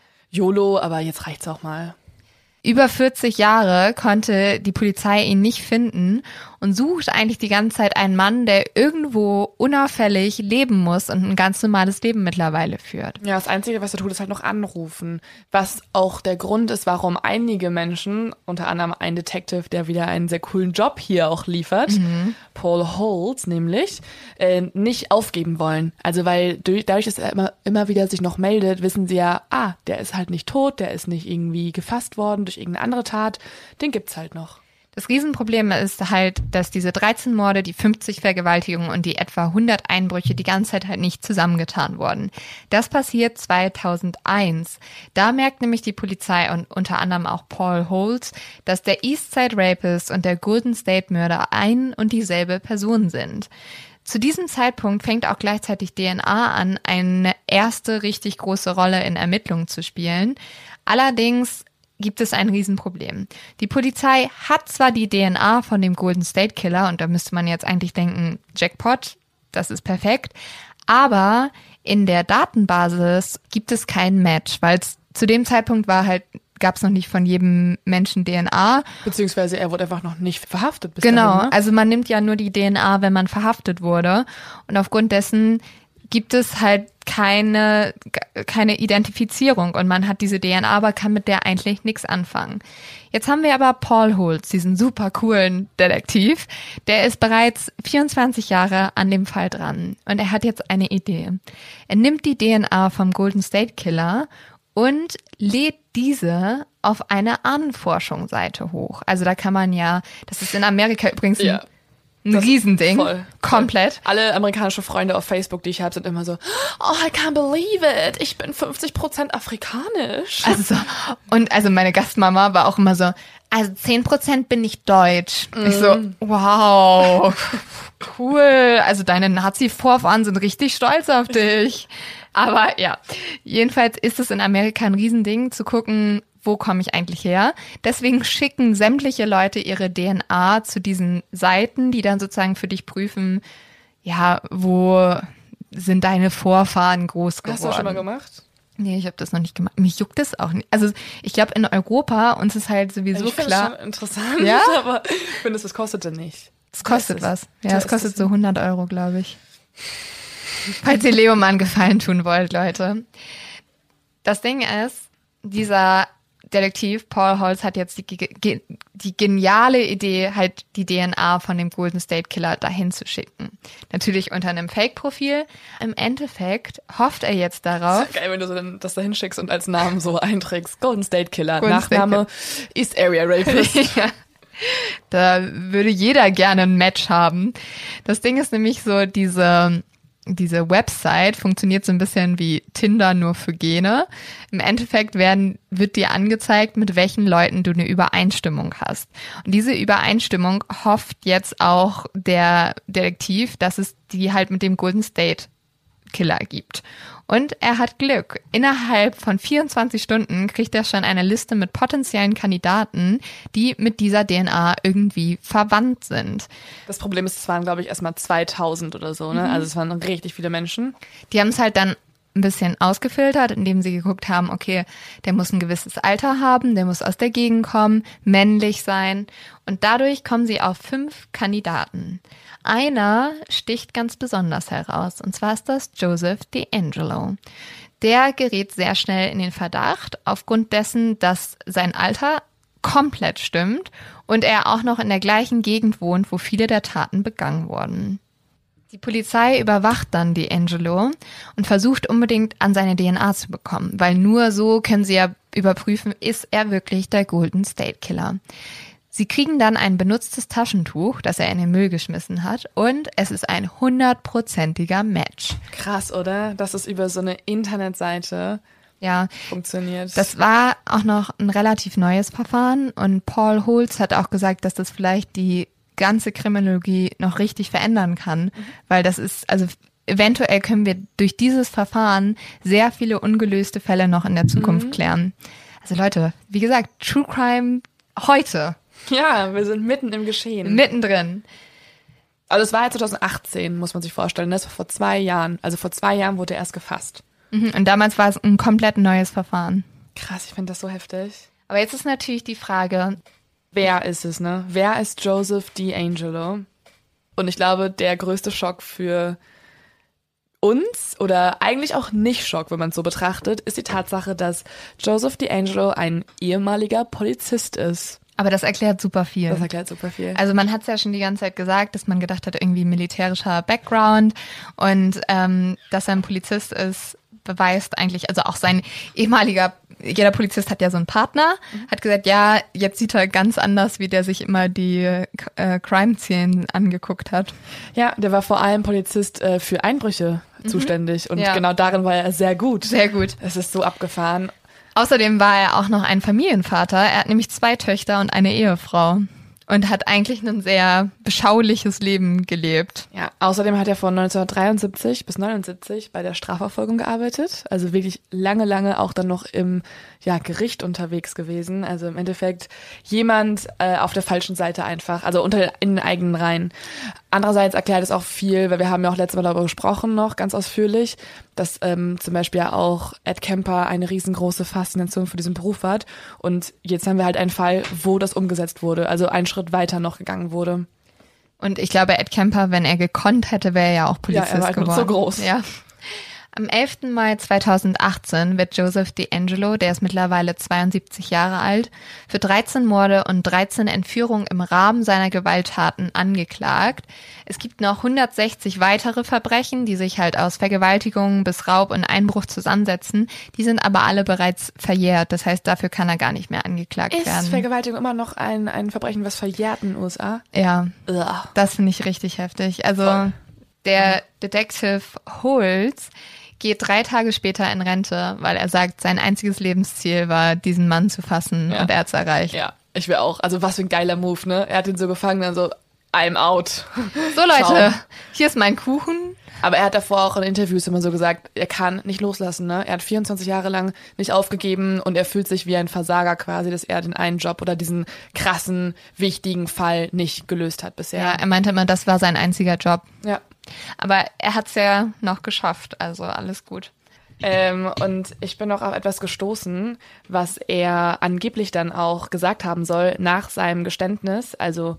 YOLO, aber jetzt reicht's auch mal. Über 40 Jahre konnte die Polizei ihn nicht finden und sucht eigentlich die ganze Zeit einen Mann, der irgendwo unauffällig leben muss und ein ganz normales Leben mittlerweile führt. Ja, das Einzige, was er tut, ist halt noch anrufen. Was auch der Grund ist, warum einige Menschen, unter anderem ein Detective, der wieder einen sehr coolen Job hier auch liefert, Paul Holt nämlich, nicht aufgeben wollen. Also weil dadurch, dass er immer wieder sich noch meldet, wissen sie ja, der ist halt nicht tot, der ist nicht irgendwie gefasst worden durch irgendeine andere Tat, den gibt's halt noch. Das Riesenproblem ist halt, dass diese 13 Morde, die 50 Vergewaltigungen und die etwa 100 Einbrüche die ganze Zeit halt nicht zusammengetan wurden. Das passiert 2001. Da merkt nämlich die Polizei und unter anderem auch Paul Holt, dass der Eastside Rapist und der Golden State Mörder ein und dieselbe Person sind. Zu diesem Zeitpunkt fängt auch gleichzeitig DNA an, eine erste richtig große Rolle in Ermittlungen zu spielen. Allerdings gibt es ein Riesenproblem. Die Polizei hat zwar die DNA von dem Golden State Killer und da müsste man jetzt eigentlich denken, Jackpot, das ist perfekt, aber in der Datenbasis gibt es kein Match, weil es zu dem Zeitpunkt gab es noch nicht von jedem Menschen DNA. Beziehungsweise er wurde einfach noch nicht verhaftet bis Genau, dahin, ne? Also man nimmt ja nur die DNA, wenn man verhaftet wurde und aufgrund dessen gibt es halt keine Identifizierung und man hat diese DNA, aber kann mit der eigentlich nichts anfangen. Jetzt haben wir aber Paul Holt, diesen super coolen Detektiv, der ist bereits 24 Jahre an dem Fall dran und er hat jetzt eine Idee. Er nimmt die DNA vom Golden State Killer und lädt diese auf eine Ahnenforschungsseite hoch. Also da kann man das ist in Amerika übrigens ein Riesending. Voll. Komplett. Alle amerikanische Freunde auf Facebook, die ich habe, sind immer so, oh, I can't believe it, ich bin 50% afrikanisch. Also meine Gastmama war auch immer so, also 10% bin ich deutsch. Ich so, wow, cool. Also deine Nazi-Vorfahren sind richtig stolz auf dich. Aber ja, jedenfalls ist es in Amerika ein Riesending, zu gucken, wo komme ich eigentlich her? Deswegen schicken sämtliche Leute ihre DNA zu diesen Seiten, die dann sozusagen für dich prüfen, wo sind deine Vorfahren groß geworden. Hast du das schon mal gemacht? Nee, ich habe das noch nicht gemacht. Mich juckt das auch nicht. Also ich glaube, in Europa uns ist halt sowieso ich klar. Das schon interessant, ja? Aber ich finde, das kostet denn nicht. Das kostet was. Ja, es kostet so 100 €, glaube ich. Falls ihr Leo mal einen Gefallen tun wollt, Leute. Das Ding ist, dieser Detektiv Paul Holt hat jetzt die geniale Idee, halt die DNA von dem Golden State Killer dahin zu schicken. Natürlich unter einem Fake-Profil. Im Endeffekt hofft er jetzt darauf. Das ist geil, wenn du das da hinschickst und als Namen so einträgst. Golden State Killer, Nachname East Area Rapist. Ja. Da würde jeder gerne ein Match haben. Das Ding ist nämlich so, diese Website funktioniert so ein bisschen wie Tinder nur für Gene. Im Endeffekt wird dir angezeigt, mit welchen Leuten du eine Übereinstimmung hast. Und diese Übereinstimmung hofft jetzt auch der Detektiv, dass es die halt mit dem Golden State Killer gibt. Und er hat Glück. Innerhalb von 24 Stunden kriegt er schon eine Liste mit potenziellen Kandidaten, die mit dieser DNA irgendwie verwandt sind. Das Problem ist, es waren, glaube ich, erstmal 2000 oder so, ne? Also es waren richtig viele Menschen. Die haben es halt dann ein bisschen ausgefiltert, indem sie geguckt haben, okay, der muss ein gewisses Alter haben, der muss aus der Gegend kommen, männlich sein. Und dadurch kommen sie auf 5 Kandidaten. Einer sticht ganz besonders heraus, und zwar ist das Joseph DeAngelo. Der gerät sehr schnell in den Verdacht, aufgrund dessen, dass sein Alter komplett stimmt und er auch noch in der gleichen Gegend wohnt, wo viele der Taten begangen wurden. Die Polizei überwacht dann DeAngelo und versucht unbedingt an seine DNA zu bekommen, weil nur so können sie ja überprüfen, ist er wirklich der Golden State Killer. Sie kriegen dann ein benutztes Taschentuch, das er in den Müll geschmissen hat, und es ist ein 100%iger Match. Krass, oder? Dass es über so eine Internetseite funktioniert. Das war auch noch ein relativ neues Verfahren und Paul Holt hat auch gesagt, dass das vielleicht die ganze Kriminologie noch richtig verändern kann, weil das ist, also eventuell können wir durch dieses Verfahren sehr viele ungelöste Fälle noch in der Zukunft klären. Also Leute, wie gesagt, True Crime heute. Ja, wir sind mitten im Geschehen. Mittendrin. Also es war ja 2018, muss man sich vorstellen. Das war vor 2 Jahren. Also vor 2 Jahren wurde er erst gefasst. Und damals war es ein komplett neues Verfahren. Krass, ich finde das so heftig. Aber jetzt ist natürlich die Frage, wer ist es, ne? Wer ist Joseph DeAngelo? Und ich glaube, der größte Schock für uns, oder eigentlich auch nicht Schock, wenn man es so betrachtet, ist die Tatsache, dass Joseph DeAngelo ein ehemaliger Polizist ist. aber das erklärt super viel. Das erklärt super viel. Also man hat es ja schon die ganze Zeit gesagt, dass man gedacht hat, irgendwie militärischer Background und dass er ein Polizist ist, beweist eigentlich, also auch sein ehemaliger, jeder Polizist hat ja so einen Partner, hat gesagt, ja, jetzt sieht er ganz anders, wie der sich immer die Crime-Szenen angeguckt hat. Ja, der war vor allem Polizist für Einbrüche zuständig und Ja. genau darin war er sehr gut. Sehr gut. Es ist so abgefahren. Außerdem war er auch noch ein Familienvater. Er hat nämlich 2 Töchter und eine Ehefrau und hat eigentlich ein sehr beschauliches Leben gelebt. Ja, außerdem hat er von 1973 bis 79 bei der Strafverfolgung gearbeitet. Also wirklich lange, lange auch dann noch im Gericht unterwegs gewesen. Also im Endeffekt jemand auf der falschen Seite einfach, also in den eigenen Reihen. Andererseits erklärt es auch viel, weil wir haben ja auch letztes Mal darüber gesprochen noch, ganz ausführlich, dass zum Beispiel ja auch Ed Kemper eine riesengroße Faszination für diesen Beruf hat. Und jetzt haben wir halt einen Fall, wo das umgesetzt wurde, also einen Schritt weiter noch gegangen wurde. Und ich glaube, Ed Kemper, wenn er gekonnt hätte, wäre er ja auch Polizist er war halt geworden. so groß. Ja. Am 11. Mai 2018 wird Joseph DeAngelo, der ist mittlerweile 72 Jahre alt, für 13 Morde und 13 Entführungen im Rahmen seiner Gewalttaten angeklagt. Es gibt noch 160 weitere Verbrechen, die sich halt aus Vergewaltigung bis Raub und Einbruch zusammensetzen. Die sind aber alle bereits verjährt. Das heißt, dafür kann er gar nicht mehr angeklagt werden. Ist Vergewaltigung immer noch ein Verbrechen, was verjährt in den USA? Ja, Ugh. das finde ich richtig heftig. Also Voll. der Detective Holtz geht 3 Tage später in Rente, weil er sagt, sein einziges Lebensziel war, diesen Mann zu fassen und er hat's erreicht. Ja, ich will auch. Also was für ein geiler Move, ne? Er hat ihn so gefangen, dann so, I'm out. So Leute, Ciao. hier ist mein Kuchen. Aber er hat davor auch in Interviews immer so gesagt, er kann nicht loslassen, ne? Er hat 24 Jahre lang nicht aufgegeben und er fühlt sich wie ein Versager quasi, dass er den einen Job oder diesen krassen, wichtigen Fall nicht gelöst hat bisher. Ja, er meinte immer, das war sein einziger Job. Ja. Aber er hat's ja noch geschafft, also alles gut. Und ich bin noch auf etwas gestoßen, was er angeblich dann auch gesagt haben soll nach seinem Geständnis, also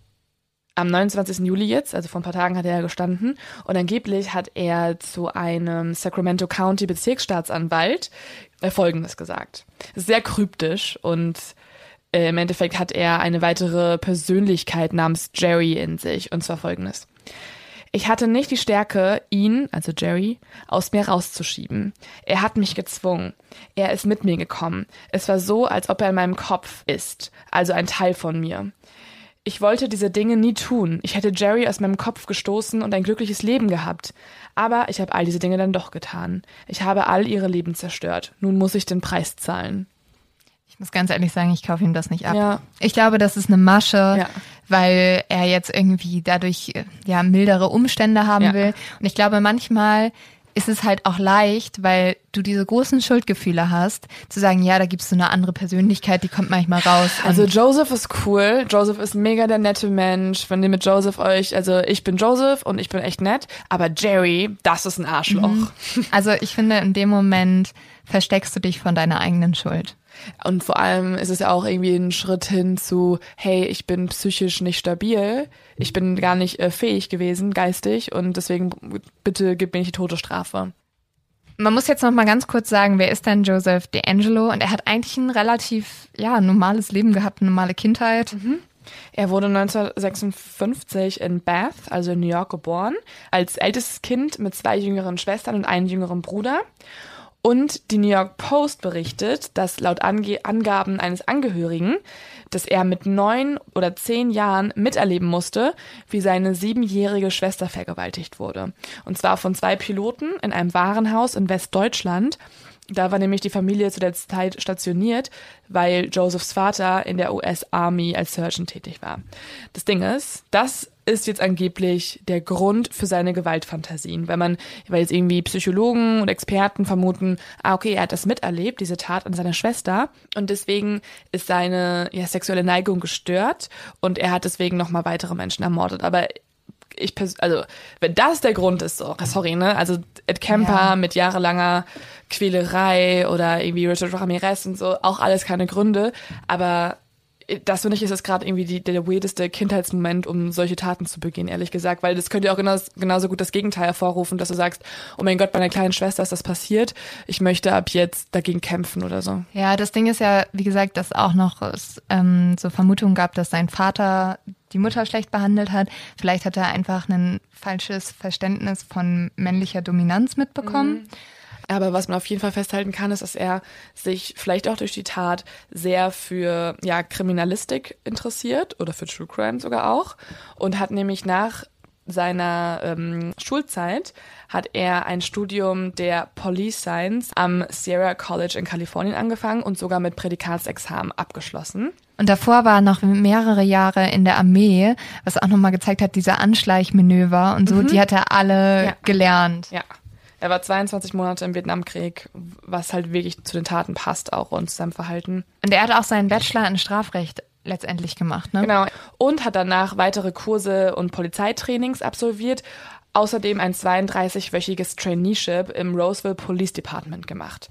am 29. Juli jetzt, also vor ein paar Tagen hat er ja gestanden und angeblich hat er zu einem Sacramento County Bezirksstaatsanwalt Folgendes gesagt. Das ist sehr kryptisch und im Endeffekt hat er eine weitere Persönlichkeit namens Jerry in sich und zwar Folgendes. Ich hatte nicht die Stärke, ihn, also Jerry, aus mir rauszuschieben. Er hat mich gezwungen. Er ist mit mir gekommen. Es war so, als ob er in meinem Kopf ist, also ein Teil von mir. Ich wollte diese Dinge nie tun. Ich hätte Jerry aus meinem Kopf gestoßen und ein glückliches Leben gehabt. Aber ich habe all diese Dinge dann doch getan. Ich habe all ihre Leben zerstört. Nun muss ich den Preis zahlen. Ich muss ganz ehrlich sagen, ich kaufe ihm das nicht ab. Ja. Ich glaube, das ist eine Masche, Ja. weil er jetzt irgendwie dadurch mildere Umstände haben Ja. will. Und ich glaube, manchmal ist es halt auch leicht, weil du diese großen Schuldgefühle hast, zu sagen, ja, da gibt's so eine andere Persönlichkeit, die kommt manchmal raus. Also Und Joseph ist cool. Joseph ist mega der nette Mensch. Wenn ihr mit Joseph also ich bin Joseph und ich bin echt nett. Aber Jerry, das ist ein Arschloch. also ich finde, in dem Moment versteckst du dich von deiner eigenen Schuld. Und vor allem ist es ja auch irgendwie ein Schritt hin zu, hey, ich bin psychisch nicht stabil, ich bin gar nicht fähig gewesen, geistig, und deswegen bitte gib mir nicht die Todesstrafe. Man muss jetzt noch mal ganz kurz sagen, wer ist denn Joseph DeAngelo? Und er hat eigentlich ein relativ normales Leben gehabt, eine normale Kindheit. Er wurde 1956 in Bath, also in New York, geboren, als ältestes Kind mit 2 jüngeren Schwestern und einem jüngeren Bruder. Und die New York Post berichtet, dass laut Angaben eines Angehörigen, dass er mit 9 oder 10 Jahren miterleben musste, wie seine 7-jährige Schwester vergewaltigt wurde. Und zwar von 2 Piloten in einem Warenhaus in Westdeutschland. Da war nämlich die Familie zu der Zeit stationiert, weil Josephs Vater in der US Army als Surgeon tätig war. Das Ding ist, das ist jetzt angeblich der Grund für seine Gewaltfantasien, weil jetzt irgendwie Psychologen und Experten vermuten, okay, er hat das miterlebt, diese Tat an seiner Schwester, und deswegen ist seine sexuelle Neigung gestört und er hat deswegen nochmal weitere Menschen ermordet. Aber wenn das der Grund ist, so, sorry, ne, also Ed Kemper mit jahrelanger Quälerei oder irgendwie Richard Ramirez und so, auch alles keine Gründe, aber das finde ich, ist das gerade irgendwie der weirdeste Kindheitsmoment, um solche Taten zu begehen, ehrlich gesagt, weil das könnte ja auch genauso gut das Gegenteil hervorrufen, dass du sagst, oh mein Gott, bei einer kleinen Schwester ist das passiert, ich möchte ab jetzt dagegen kämpfen oder so. Ja, das Ding ist ja, wie gesagt, dass auch noch so Vermutungen gab, dass sein Vater die Mutter schlecht behandelt hat. Vielleicht hat er einfach ein falsches Verständnis von männlicher Dominanz mitbekommen. Aber was man auf jeden Fall festhalten kann, ist, dass er sich vielleicht auch durch die Tat sehr für Kriminalistik interessiert oder für True Crime sogar auch und hat nämlich nach seiner Schulzeit hat er ein Studium der Police Science am Sierra College in Kalifornien angefangen und sogar mit Prädikatsexamen abgeschlossen. Und davor war er noch mehrere Jahre in der Armee, was auch nochmal gezeigt hat, diese Anschleichmanöver und so, die hat er alle gelernt. Ja. Er war 22 Monate im Vietnamkrieg, was halt wirklich zu den Taten passt auch und zu seinem Verhalten. Und er hat auch seinen Bachelor in Strafrecht letztendlich gemacht, ne? Genau. Und hat danach weitere Kurse und Polizeitrainings absolviert. Außerdem ein 32-wöchiges Traineeship im Roseville Police Department gemacht.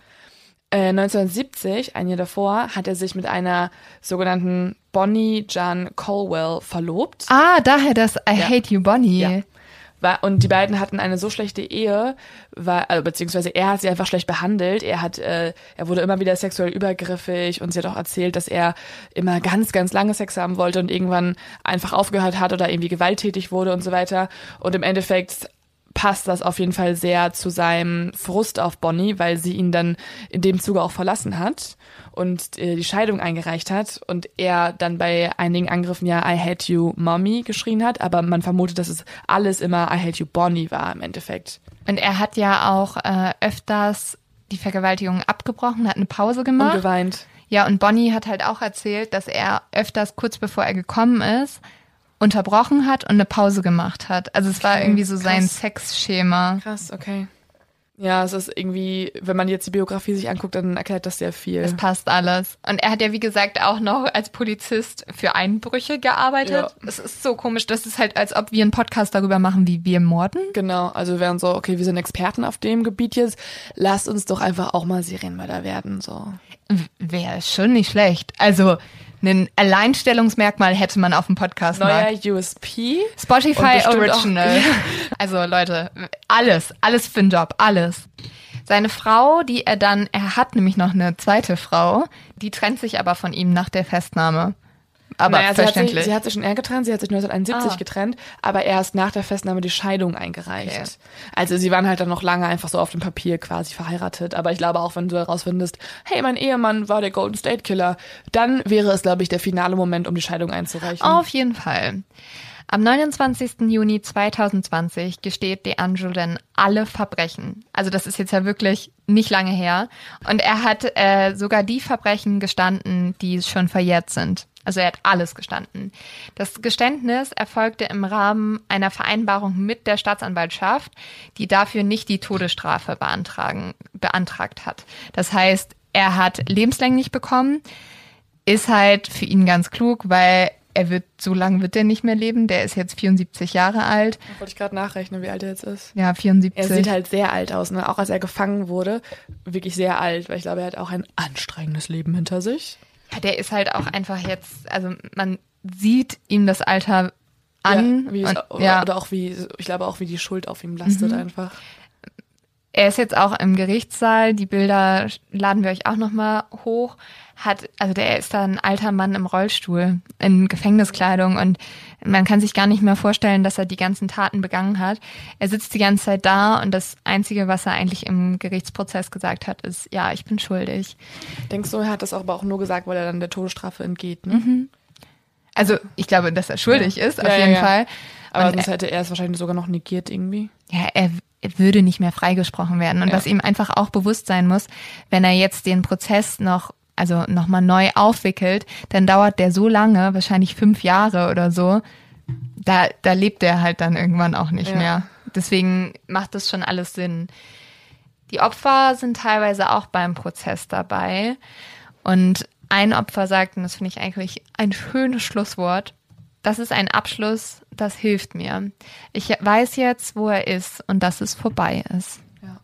1970, ein Jahr davor, hat er sich mit einer sogenannten Bonnie Jan Colwell verlobt. Daher das I Hate You Bonnie. Ja. Und die beiden hatten eine so schlechte Ehe, beziehungsweise er hat sie einfach schlecht behandelt. Er wurde immer wieder sexuell übergriffig und sie hat auch erzählt, dass er immer ganz, ganz lange Sex haben wollte und irgendwann einfach aufgehört hat oder irgendwie gewalttätig wurde und so weiter. Und im Endeffekt passt das auf jeden Fall sehr zu seinem Frust auf Bonnie, weil sie ihn dann in dem Zuge auch verlassen hat und die Scheidung eingereicht hat und er dann bei einigen Angriffen I hate you Mommy geschrien hat, aber man vermutet, dass es alles immer I hate you Bonnie war im Endeffekt. Und er hat ja auch öfters die Vergewaltigung abgebrochen, hat eine Pause gemacht. Und geweint. Ja, und Bonnie hat halt auch erzählt, dass er öfters kurz bevor er gekommen ist, unterbrochen hat und eine Pause gemacht hat. Also es war irgendwie so sein Sexschema. Krass, okay. Ja, es ist irgendwie, wenn man jetzt die Biografie sich anguckt, dann erklärt das sehr viel. Es passt alles. Und er hat ja, wie gesagt, auch noch als Polizist für Einbrüche gearbeitet. Es ist so komisch, das ist halt, als ob wir einen Podcast darüber machen, wie wir morden. Genau, also wir wären so, okay, wir sind Experten auf dem Gebiet jetzt, lasst uns doch einfach auch mal Serienmörder werden, so. Wäre schon nicht schlecht. Also ein Alleinstellungsmerkmal hätte man auf dem Podcast. Neuer USP. Spotify Original. Also Leute, alles für den Job, alles. Seine Frau, er hat nämlich noch eine zweite Frau, die trennt sich aber von ihm nach der Festnahme. Aber verständlich. Sie hat sich schon eher getrennt, sie hat sich 1971 getrennt, aber erst nach der Festnahme die Scheidung eingereicht. Okay. Also sie waren halt dann noch lange einfach so auf dem Papier quasi verheiratet. Aber ich glaube auch, wenn du herausfindest, hey, mein Ehemann war der Golden State Killer, dann wäre es, glaube ich, der finale Moment, um die Scheidung einzureichen. Auf jeden Fall. Am 29. Juni 2020 gesteht DeAngelo dann alle Verbrechen. Also das ist jetzt ja wirklich nicht lange her. Und er hat sogar die Verbrechen gestanden, die schon verjährt sind. Also er hat alles gestanden. Das Geständnis erfolgte im Rahmen einer Vereinbarung mit der Staatsanwaltschaft, die dafür nicht die Todesstrafe beantragt hat. Das heißt, er hat lebenslänglich bekommen, ist halt für ihn ganz klug, weil so lange wird er nicht mehr leben. Der ist jetzt 74 Jahre alt. Da wollte ich gerade nachrechnen, wie alt er jetzt ist. Ja, 74. Er sieht halt sehr alt aus, ne? Auch als er gefangen wurde, wirklich sehr alt, weil ich glaube, er hat auch ein anstrengendes Leben hinter sich. Ja, der ist halt auch einfach jetzt, also man sieht ihm das Alter an. Ja, oder auch wie die Schuld auf ihm lastet einfach. Er ist jetzt auch im Gerichtssaal, die Bilder laden wir euch auch nochmal hoch. Der ist da ein alter Mann im Rollstuhl, in Gefängniskleidung und man kann sich gar nicht mehr vorstellen, dass er die ganzen Taten begangen hat. Er sitzt die ganze Zeit da und das Einzige, was er eigentlich im Gerichtsprozess gesagt hat, ist, ja, ich bin schuldig. Denkst du, er hat das aber auch nur gesagt, weil er dann der Todesstrafe entgeht, ne? Also ich glaube, dass er schuldig ist, auf jeden Fall. Aber sonst hätte er es wahrscheinlich sogar noch negiert irgendwie. Ja, würde nicht mehr freigesprochen werden. Und was ihm einfach auch bewusst sein muss, wenn er jetzt den Prozess noch mal neu aufwickelt, dann dauert der so lange, wahrscheinlich 5 Jahre oder so, da lebt er halt dann irgendwann auch nicht mehr. Deswegen macht das schon alles Sinn. Die Opfer sind teilweise auch beim Prozess dabei. Und ein Opfer sagt, und das finde ich eigentlich ein schönes Schlusswort, das ist ein Abschluss, das hilft mir. Ich weiß jetzt, wo er ist und dass es vorbei ist.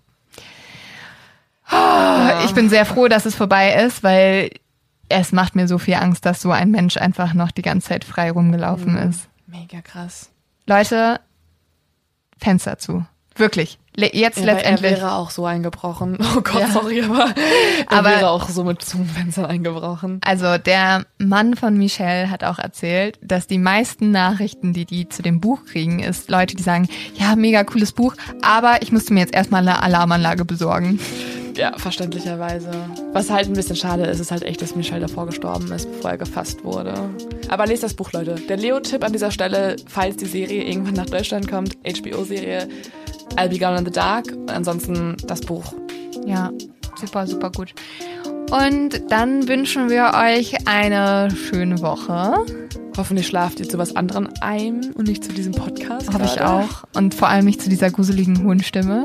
Ich bin sehr froh, dass es vorbei ist, weil es macht mir so viel Angst, dass so ein Mensch einfach noch die ganze Zeit frei rumgelaufen ist. Mega krass. Leute, Fenster zu. Wirklich. Jetzt letztendlich. Er wäre auch so eingebrochen. Oh Gott, sorry, aber er wäre auch so mit zum Fenster eingebrochen. Also der Mann von Michelle hat auch erzählt, dass die meisten Nachrichten, die zu dem Buch kriegen, ist Leute, die sagen, ja, mega cooles Buch, aber ich musste mir jetzt erstmal eine Alarmanlage besorgen. Ja, verständlicherweise. Was halt ein bisschen schade ist, ist halt echt, dass Michelle davor gestorben ist, bevor er gefasst wurde. Aber lest das Buch, Leute. Der Leo-Tipp an dieser Stelle, falls die Serie irgendwann nach Deutschland kommt, HBO-Serie, I'll Be Gone in the Dark. Ansonsten das Buch. Ja, super, super gut. Und dann wünschen wir euch eine schöne Woche. Hoffentlich schlaft ihr zu was anderem ein und nicht zu diesem Podcast. Hoffe ich auch. Und vor allem nicht zu dieser gruseligen hohen Stimme.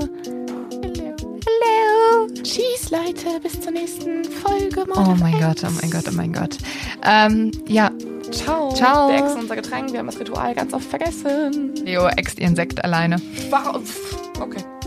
Tschüss, Leute, bis zur nächsten Folge. Oh mein Gott, oh mein Gott, oh mein Gott. Ja. Ciao. Ciao. Wir exen unser Getränk, wir haben das Ritual ganz oft vergessen. Leo äxt ihren Sekt alleine. Okay.